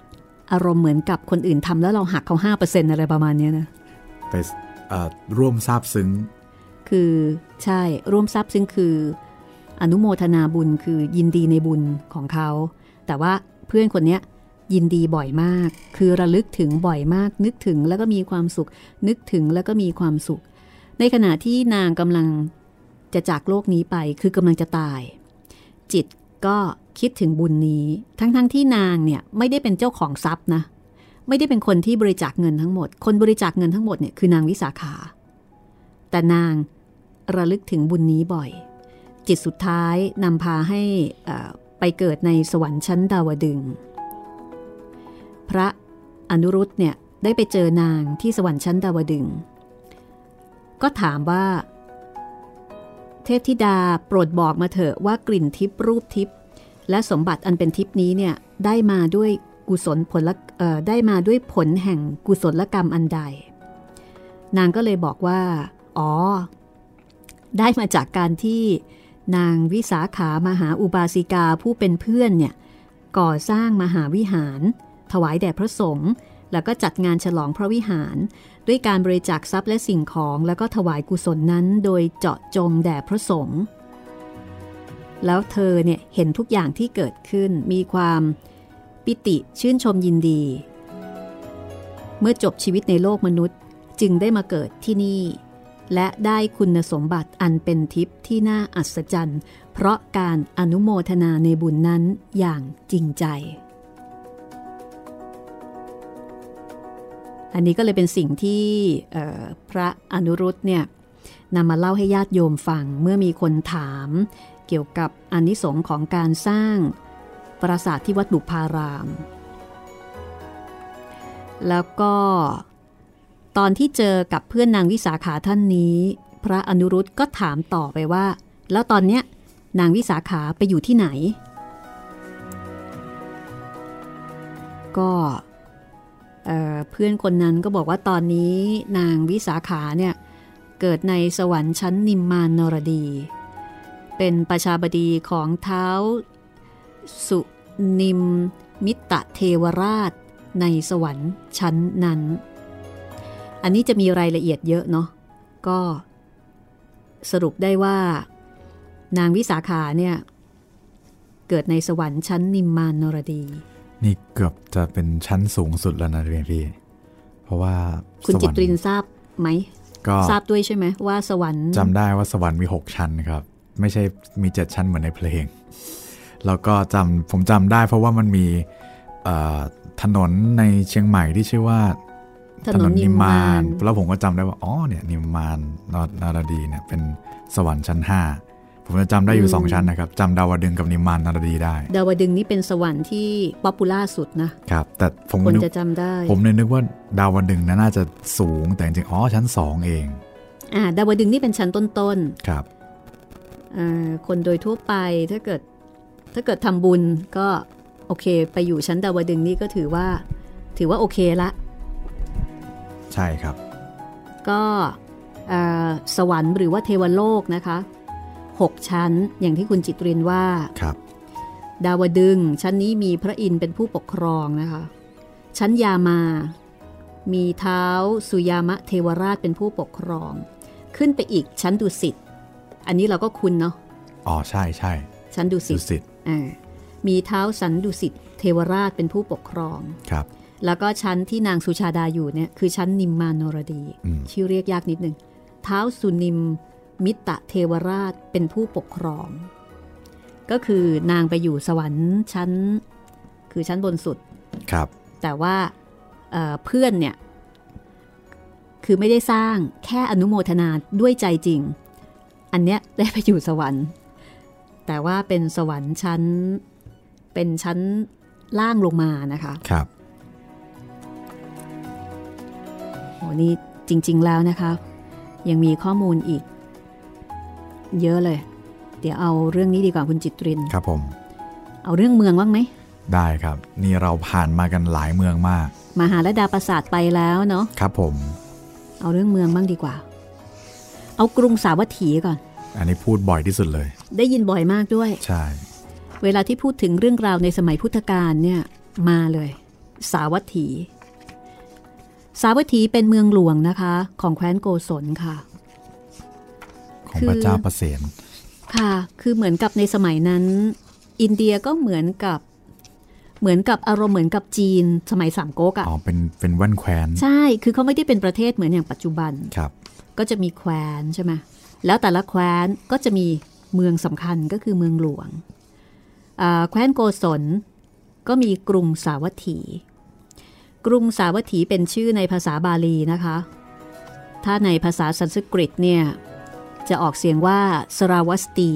อารมณ์เหมือนกับคนอื่นทำแล้วเราหักเขา 5% อะไรประมาณนี้นะไปร่วมซาบซึ้งคือใช่ร่วมซาบซึ้งคืออนุโมทนาบุญคือยินดีในบุญของเขาแต่ว่าเพื่อนคนนี้ยินดีบ่อยมากคือระลึกถึงบ่อยมากนึกถึงแล้วก็มีความสุขนึกถึงแล้วก็มีความสุขในขณะที่นางกำลังจะจากโลกนี้ไปคือกำลังจะตายจิตก็คิดถึงบุญนี้ทั้งที่นางเนี่ยไม่ได้เป็นเจ้าของทรัพย์นะไม่ได้เป็นคนที่บริจาคเงินทั้งหมดคนบริจาคเงินทั้งหมดเนี่ยคือนางวิสาขาแต่นางระลึกถึงบุญนี้บ่อยจิตสุดท้ายนำพาให้ไปเกิดในสวรรค์ชั้นดาวดึงส์พระอนุรุตเนี่ยได้ไปเจอนางที่สวรรค์ชั้นดาวดึงส์ก็ถามว่าเทพธิดาโปรดบอกมาเถอะว่ากลิ่นทิพย์รูปทิพย์และสมบัติอันเป็นทิพย์นี้เนี่ยได้มาด้วยกุศลผลได้มาด้วยผลแห่งกุศลกรรมอันใดนางก็เลยบอกว่าอ๋อได้มาจากการที่นางวิสาขามหาอุบาสิกาผู้เป็นเพื่อนเนี่ยก่อสร้างมหาวิหารถวายแด่พระสงฆ์แล้วก็จัดงานฉลองพระวิหารด้วยการบริจาคทรัพย์และสิ่งของแล้วก็ถวายกุศลนั้นโดยเจาะจงแด่พระสงฆ์แล้วเธอเนี่ยเห็นทุกอย่างที่เกิดขึ้นมีความปิติชื่นชมยินดีเมื่อจบชีวิตในโลกมนุษย์จึงได้มาเกิดที่นี่และได้คุณสมบัติอันเป็นทิพย์ที่น่าอัศจรรย์เพราะการอนุโมทนาในบุญนั้นอย่างจริงใจอันนี้ก็เลยเป็นสิ่งที่พระอนุรุตเนี่ยนำมาเล่าให้ญาติโยมฟังเมื่อมีคนถามเกี่ยวกับอานิสงส์ของการสร้างปราสาทที่วัดบุพารามแล้วก็ตอนที่เจอกับเพื่อนนางวิสาขาท่านนี้พระอนุรุตก็ถามต่อไปว่าแล้วตอนเนี้ยนางวิสาขาไปอยู่ที่ไหนก็เพื่อนคนนั้นก็บอกว่าตอนนี้นางวิสาขาเนี่ยเกิดในสวรรค์ชั้นนิมมานนรดีเป็นประชาบดีของท้าวสุนิมมิตเทวราชในสวรรค์ชั้นนั้นอันนี้จะมีรายละเอียดเยอะเนาะก็สรุปได้ว่านางวิสาขาเนี่ยเกิดในสวรรค์ชั้นนิมมานนรดีนี่เกือบจะเป็นชั้นสูงสุดแล้วนะเรียนพี่เพราะว่าคุณจิตรินทราบไหมก็ทราบด้วยใช่ไหมว่าสวรรค์จำได้ว่าสวรรค์มี6ชั้นครับไม่ใช่มี7ชั้นเหมือนในเพลงแล้วก็ผมจำได้เพราะว่ามันมีถนนในเชียงใหม่ที่ชื่อว่าถนนนิมมานแล้วผมก็จำได้ว่าอ๋อเนี่ยนิมมานนรดีเนี่ยเป็นสวรรค์ชั้น5ผมจะจำได้อยู่2ชั้นนะครับจำดาวดึงส์กับนิมมานนรดีได้ดาวดึงส์นี่เป็นสวรรค์ที่ป๊อปปูล่าสุดนะครับแต่ผมคนจะจำได้ผมนึกว่าดาวดึงส์น่าจะสูงแต่จริงๆอ๋อชั้น2เองดาวดึงส์นี่เป็นชั้นต้นๆครับคนโดยทั่วไปถ้าเกิดทำบุญก็โอเคไปอยู่ชั้นดาวดึงส์นี่ก็ถือว่าโอเคละใช่ครับก็สวรรค์หรือว่าเทวโลกนะคะ6ชั้นอย่างที่คุณจิตรินว่าครับดาวดึงส์ชั้นนี้มีพระอินทร์เป็นผู้ปกครองนะคะชั้นยามามีท้าวสุยามะเทวราชเป็นผู้ปกครองขึ้นไปอีกชั้นดุสิตอันนี้เราก็คุ้นเนาะอ๋อใช่ใช่ชั้นดุสิตมีท้าวสันดุสิตเทวราชเป็นผู้ปกครองครับแล้วก็ชั้นที่นางสุชาดาอยู่เนี่ยคือชั้นนิมมานนรดีชื่อเรียกยากนิดนึงท้าวสุนิมมิตเทวราชเป็นผู้ปกครองก็คือนางไปอยู่สวรรค์ชั้นคือชั้นบนสุดครับแต่ว่าเพื่อนเนี่ยคือไม่ได้สร้างแค่อนุโมทนาด้วยใจจริงอันเนี้ยได้ไปอยู่สวรรค์แต่ว่าเป็นสวรรค์ชั้นเป็นชั้นล่างลงมานะคะครับโอ้นี่จริงๆแล้วนะคะยังมีข้อมูลอีกเยอะเลยเดี๋ยวเอาเรื่องนี้ดีกว่าคุณจิตรินครับผมเอาเรื่องเมืองบ้างไหมได้ครับนี่เราผ่านมากันหลายเมืองมากมหาและดาปราสาทไปแล้วเนาะครับผมเอาเรื่องเมืองบ้างดีกว่าเอากรุงสาวัตถีก่อนอันนี้พูดบ่อยที่สุดเลยได้ยินบ่อยมากด้วยใช่เวลาที่พูดถึงเรื่องราวในสมัยพุทธกาลเนี่ยมาเลยสาวัตถีสาวัตถีเป็นเมืองหลวงนะคะของแคว้นโกศลค่ะของพระเจ้าประเสนค่ะคือเหมือนกับในสมัยนั้นอินเดียก็เหมือนกับอารมณ์เหมือนกับจีนสมัยสามก๊กอ่ะเป็นแว่นแคว้นใช่คือเขาไม่ได้เป็นประเทศเหมือนอย่างปัจจุบันครับก็จะมีแคว้นใช่ไหมแล้วแต่ละแคว้นก็จะมีเมืองสำคัญก็คือเมืองหลวงแคว้นโกศลก็มีกรุงสาวัตถีกรุงสาวัตถีเป็นชื่อในภาษาบาลีนะคะถ้าในภาษาสันสกฤตเนี่ยจะออกเสียงว่าสราวัสตี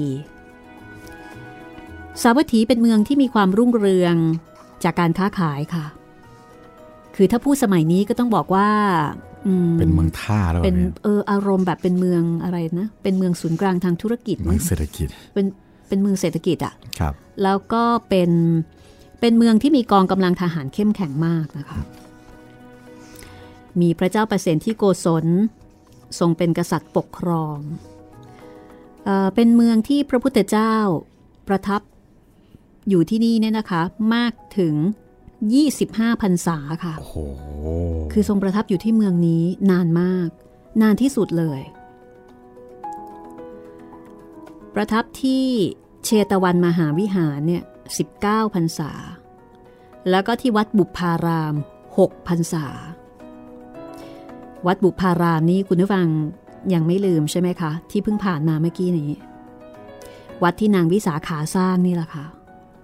สาวัตถีเป็นเมืองที่มีความรุ่งเรืองจากการค้าขายค่ะคือถ้าพูดสมัยนี้ก็ต้องบอกว่าเป็นเมืองท่าแล้วเป็นอารมณ์แบบเป็นเมืองอะไรนะเป็นเมืองศูนย์กลางทางธุรกิจเมืองเศรษฐกิจเป็นเมืองเศรษฐกิจอ่ะครับแล้วก็เป็นเมืองที่มีกองกำลังทหารเข้มแข็งมากนะคะมีพระเจ้าประเสนที่โกศลทรงเป็นกษัตริย์ปกครองเป็นเมืองที่พระพุทธเจ้าประทับอยู่ที่นี่เนี่ยนะคะมากถึง25 พรรษาค่ะโอ้โหคือทรงประทับอยู่ที่เมืองนี้นานมากนานที่สุดเลยประทับที่เชตวันมหาวิหารเนี่ย19 พรรษาแล้วก็ที่วัดบุพาราม6 พรรษาวัดบุพารามนี่คุณผู้ฟังยังไม่ลืมใช่ไหมคะที่เพิ่งผ่านมาเมื่อกี้นี้วัดที่นางวิสาขาสร้างนี่แหละค่ะ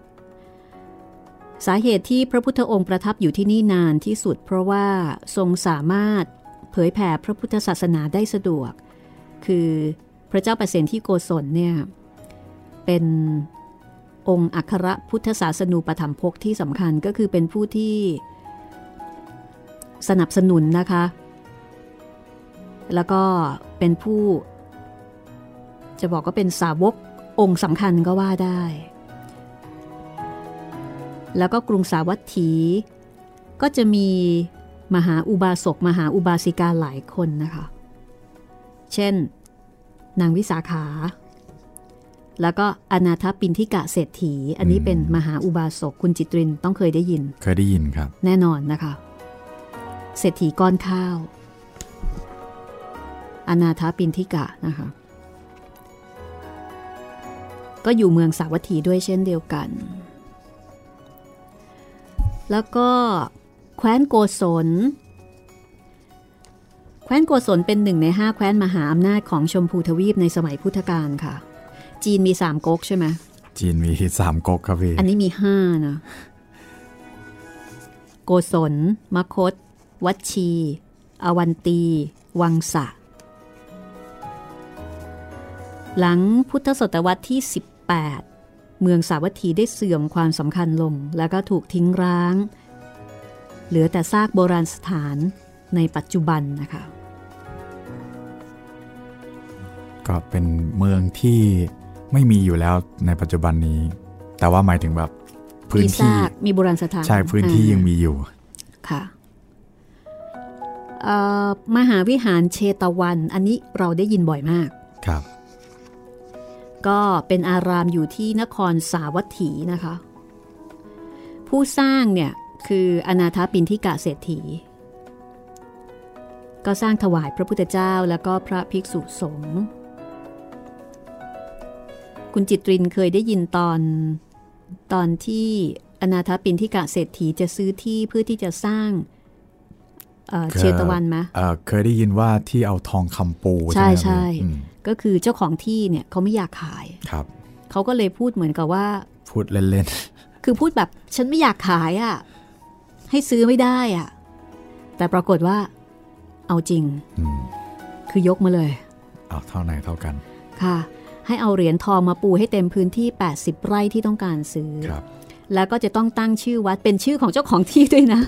สาเหตุที่พระพุทธองค์ประทับอยู่ที่นี่นานที่สุดเพราะว่าทรงสามารถเผยแผ่พระพุทธศาสนาได้สะดวกคือพระเจ้าประเสนที่โกศลเนี่ยเป็นองค์อัครพุทธศาสนูปถัมภกที่สำคัญก็คือเป็นผู้ที่สนับสนุนนะคะแล้วก็เป็นผู้จะบอกว่าเป็นสาวกองค์สำคัญก็ว่าได้แล้วก็กรุงสาวัตถีก็จะมีมหาอุบาสกมหาอุบาสิกาหลายคนนะคะเช่นนางวิสาขาแล้วก็อนาถปิณฑิกะเศรษฐีอันนี้เป็นมหาอุบาสกคุณจิตรินต้องเคยได้ยินครับแน่นอนนะคะเศรษฐีก้อนข้าวอนาถปิณฑิกะนะคะก็อยู่เมืองสาวัตถีด้วยเช่นเดียวกันแล้วก็แคว้นโกศลเป็น1 ใน 5แคว้นมหาอำนาจของชมพูทวีปในสมัยพุทธกาลค่ะจีนมี3ก๊กใช่ไหมจีนมี3ก๊กครับพี่อันนี้มี5นะโกศลมคธวัชชีอวันตีวังสะหลังพุทธศตวรรษที่18เมืองสาวัตถีได้เสื่อมความสำคัญลงแล้วก็ถูกทิ้งร้างเหลือแต่ซากโบราณสถานในปัจจุบันนะคะก็เป็นเมืองที่ไม่มีอยู่แล้วในปัจจุบันนี้แต่ว่าหมายถึงแบบพื้นที่มีโบราณสถานใช่พื้นที่ยังมีอยู่ค่ะมหาวิหารเชตวันอันนี้เราได้ยินบ่อยมากครับก็เป็นอารามอยู่ที่นครสาวัตถีนะคะผู้สร้างเนี่ยคืออนาถปิณฑิกะเศรษฐีก็สร้างถวายพระพุทธเจ้าแล้วก็พระภิกษุสงฆ์คุณจิตรินเคยได้ยินตอนที่อนาถปิณฑิกะเศรษฐีจะซื้อที่เพื่อที่จะสร้างเชตวันไหมเคยได้ยินว่าที่เอาทองคำปูใช่ใช่ก็คือเจ้าของที่เนี่ยเขาไม่อยากขายครับเขาก็เลยพูดเหมือนกับว่าพูดเล่นๆคือพูดแบบฉันไม่อยากขายอ่ะให้ซื้อไม่ได้อ่ะแต่ปรากฏว่าเอาจริงคือยกมาเลยเอาเท่าไหนเท่ากันค่ะให้เอาเหรียญทองมาปูให้เต็มพื้นที่80 ไร่ที่ต้องการซื้อแล้วก็จะต้องตั้งชื่อวัดเป็นชื่อของเจ้าของที่ด้วยนะ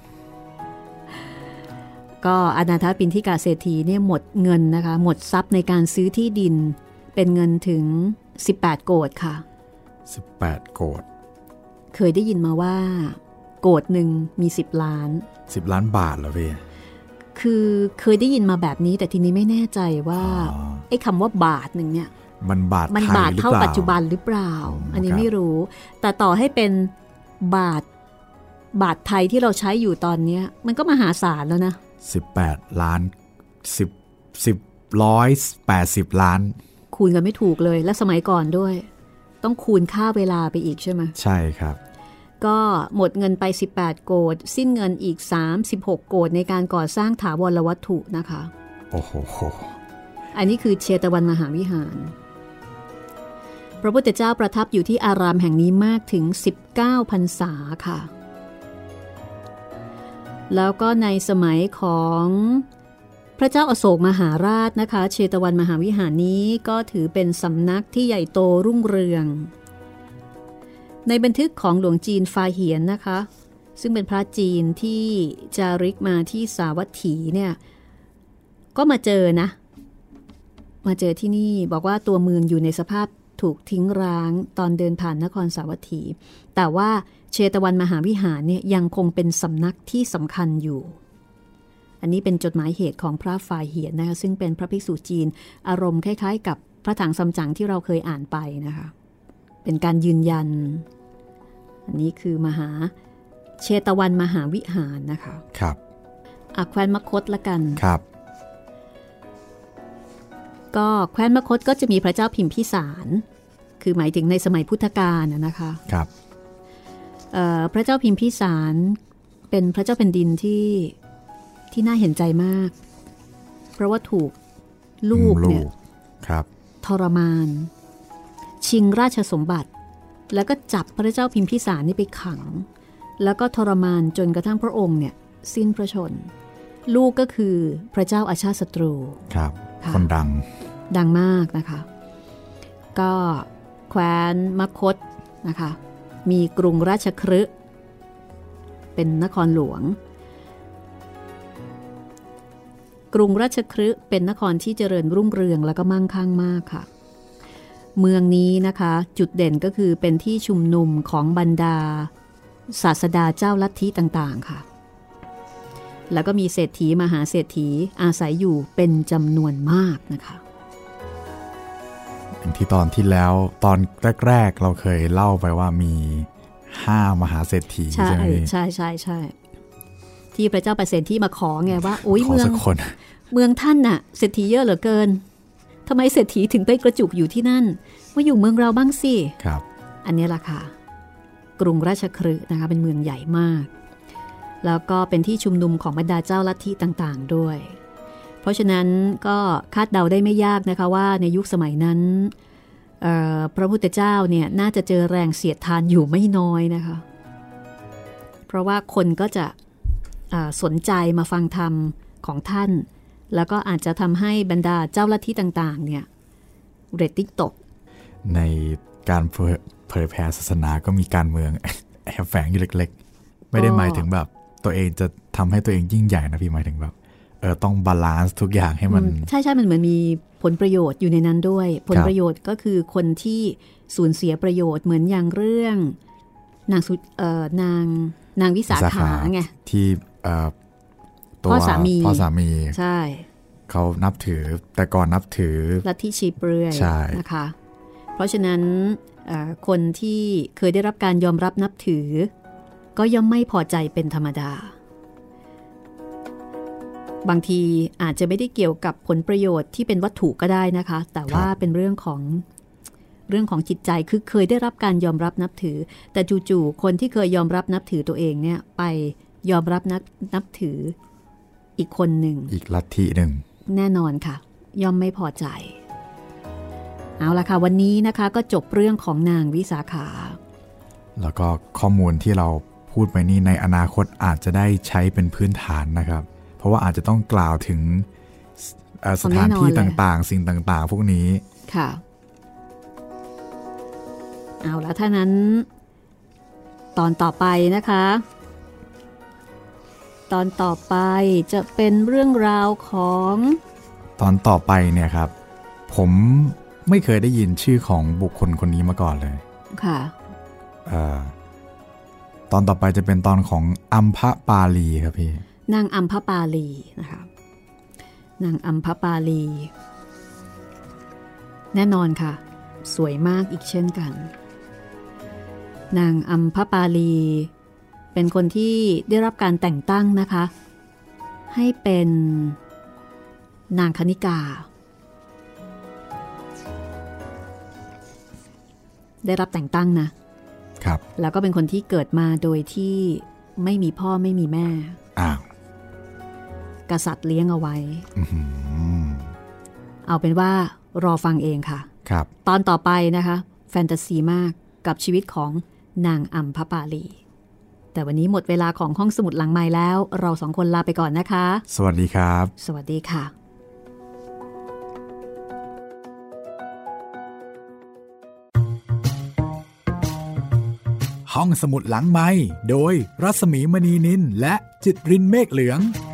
ก็อนาถปิณฑิกะเศรษฐีเนี่ยหมดเงินนะคะหมดทรัพย์ในการซื้อที่ดินเป็นเงินถึง18 โกฏค่ะ 18 โกฏเคยได้ยินมาว่าโกฏหนึ่งมี10 ล้าน 10 ล้านบาทเหรอพี่คือเคยได้ยินมาแบบนี้แต่ทีนี้ไม่แน่ใจว่าไอ้คำว่าบาทหนึ่งเนี่ยมันบาทเท่าปัจจุบันหรือเปล่าอันนี้ไม่รู้แต่ต่อให้เป็นบาทบาทไทยที่เราใช้อยู่ตอนนี้มันก็มหาศาลแล้วนะ 18 ล้าน180 ล้านคูณกันไม่ถูกเลยและสมัยก่อนด้วยต้องคูณค่าเวลาไปอีกใช่ไหมใช่ครับก็หมดเงินไป18โกฏสิ้นเงินอีก36โกฏในการก่อสร้างถาวรวัตถุนะคะโอ้โหอันนี้คือเชตวันมหาวิหารพระพุทธเจ้าประทับอยู่ที่อารามแห่งนี้มากถึง19พรรษาค่ะแล้วก็ในสมัยของพระเจ้าอโศกมหาราชนะคะเชตวันมหาวิหารนี้ก็ถือเป็นสำนักที่ใหญ่โตรุ่งเรืองในบันทึกของหลวงจีนฟาเหียนนะคะซึ่งเป็นพระจีนที่จาริกมาที่สาวัตถีเนี่ยก็มาเจอที่นี่บอกว่าตัวเมืองอยู่ในสภาพถูกทิ้งร้างตอนเดินผ่านนครสาวัตถีแต่ว่าเชตวันมหาวิหารเนี่ยยังคงเป็นสำนักที่สำคัญอยู่อันนี้เป็นจดหมายเหตุของพระฟาเหียนนะคะซึ่งเป็นพระภิกษุจีนอารมณ์คล้ายๆกับพระถังซัมจั๋งที่เราเคยอ่านไปนะคะเป็นการยืนยันอันนี้คือมหาเชตวันมหาวิหารนะคะครับแคว้นมคธละกันครับก็แคว้นมคธก็จะมีพระเจ้าพิมพิสารคือหมายถึงในสมัยพุทธกาลนะคะครับพระเจ้าพิมพิสารเป็นพระเจ้าแผ่นดินที่น่าเห็นใจมากเพราะว่าถูกลูกเนี่ยทรมานชิงราชสมบัติแล้วก็จับพระเจ้าพิมพิสารนี่ไปขังแล้วก็ทรมานจนกระทั่งพระองค์เนี่ยสิ้นพระชนลูกก็คือพระเจ้าอาชาติศัตรูครับคนดังมากนะคะก็แคว้นมคธนะคะมีกรุงราชคฤห์เป็นนครหลวงกรุงราชคฤห์เป็นนครที่เจริญรุ่งเรืองแล้วก็มั่งคั่งมากค่ะเมืองนี้นะคะจุดเด่นก็คือเป็นที่ชุมนุมของบรรดาศาสดาเจ้าลัทธิต่างๆค่ะแล้วก็มีเศรษฐีมหาเศรษฐีอาศัยอยู่เป็นจำนวนมากนะคะอย่างที่ตอนที่แล้วตอนแรกๆเราเคยเล่าไปว่ามี5มหาเศรษฐีใช่ใช่ใช่ใช่ที่พระเจ้าประเสนที่มาขอไงว่าโอ้ยเมืองท่านน่ะเศรษฐีเยอะเหลือเกินทำไมเศรษฐีถึงไปกระจุกอยู่ที่นั่นมาอยู่เมืองเราบ้างสิครับอันนี้ล่ะค่ะกรุงราชคฤห์นะคะเป็นเมืองใหญ่มากแล้วก็เป็นที่ชุมนุมของบรรดาเจ้าลัทธิต่างๆด้วยเพราะฉะนั้นก็คาดเดาได้ไม่ยากนะคะว่าในยุคสมัยนั้นพระพุทธเจ้าเนี่ยน่าจะเจอแรงเสียดทานอยู่ไม่น้อยนะคะเพราะว่าคนก็จะสนใจมาฟังธรรมของท่านแล้วก็อาจจะทำให้บรรดาเจ้าลัทธิต่างๆเนี่ยเรตติ้งตกในการเผยแผ่ศาสนาก็มีการเมืองแอบแฝงอยู่เล็กๆไม่ได้หมายถึงแบบตัวเองจะทำให้ตัวเองยิ่งใหญ่นะพี่หมายถึงแบบต้องบาลานซ์ทุกอย่างให้มันใช่มันเหมือนมีผลประโยชน์อยู่ในนั้นด้วยผลประโยชน์ก็คือคนที่สูญเสียประโยชน์เหมือนอย่างเรื่องนางวิสาขาไงที่พ่อสามีใช่เขานับถือแต่ก่อนนับถือลัทธิชีเปลือยนะคะเพราะฉะนั้นคนที่เคยได้รับการยอมรับนับถือก็ย่อมไม่พอใจเป็นธรรมดาบางทีอาจจะไม่ได้เกี่ยวกับผลประโยชน์ที่เป็นวัตถุก็ได้นะคะแต่ว่าเป็นเรื่องของจิตใจคือเคยได้รับการยอมรับนับถือแต่จู่ๆคนที่เคยยอมรับนับถือตัวเองเนี่ยไปยอมรับนับถืออีกคนหนึ่งอีกลัทธิหนึ่งแน่นอนค่ะย่อมไม่พอใจเอาล่ะค่ะวันนี้นะคะก็จบเรื่องของนางวิสาขาแล้วก็ข้อมูลที่เราพูดไปนี่ในอนาคตอาจจะได้ใช้เป็นพื้นฐานนะครับเพราะว่าอาจจะต้องกล่าวถึงสถานที่ต่างๆสิ่งต่างๆพวกนี้ค่ะเอาละถ้านั้นตอนต่อไปนะคะตอนต่อไปจะเป็นเรื่องราวของตอนต่อไปเนี่ยครับผมไม่เคยได้ยินชื่อของบุคคลคนนี้มาก่อนเลยค่ะตอนต่อไปจะเป็นตอนของอัมพปาลีครับพี่นางอัมพปาลีนะคะนางอัมพปาลีแน่นอนค่ะสวยมากอีกเช่นกันนางอัมพปาลีเป็นคนที่ได้รับการแต่งตั้งนะคะให้เป็นนางคณิกาได้รับแต่งตั้งนะครับแล้วก็เป็นคนที่เกิดมาโดยที่ไม่มีพ่อไม่มีแม่กษัตริย์เลี้ยงเอาไว้เอาเป็นว่ารอฟังเองค่ะครับตอนต่อไปนะคะแฟนตาซีมากกับชีวิตของนางอัมพปาลีแต่วันนี้หมดเวลาของห้องสมุดหลังไมค์แล้วเราสองคนลาไปก่อนนะคะสวัสดีครับสวัสดีค่ะห้องสมุดหลังไมค์โดยรัศมีมณีนินและจิตรินเมฆเหลือง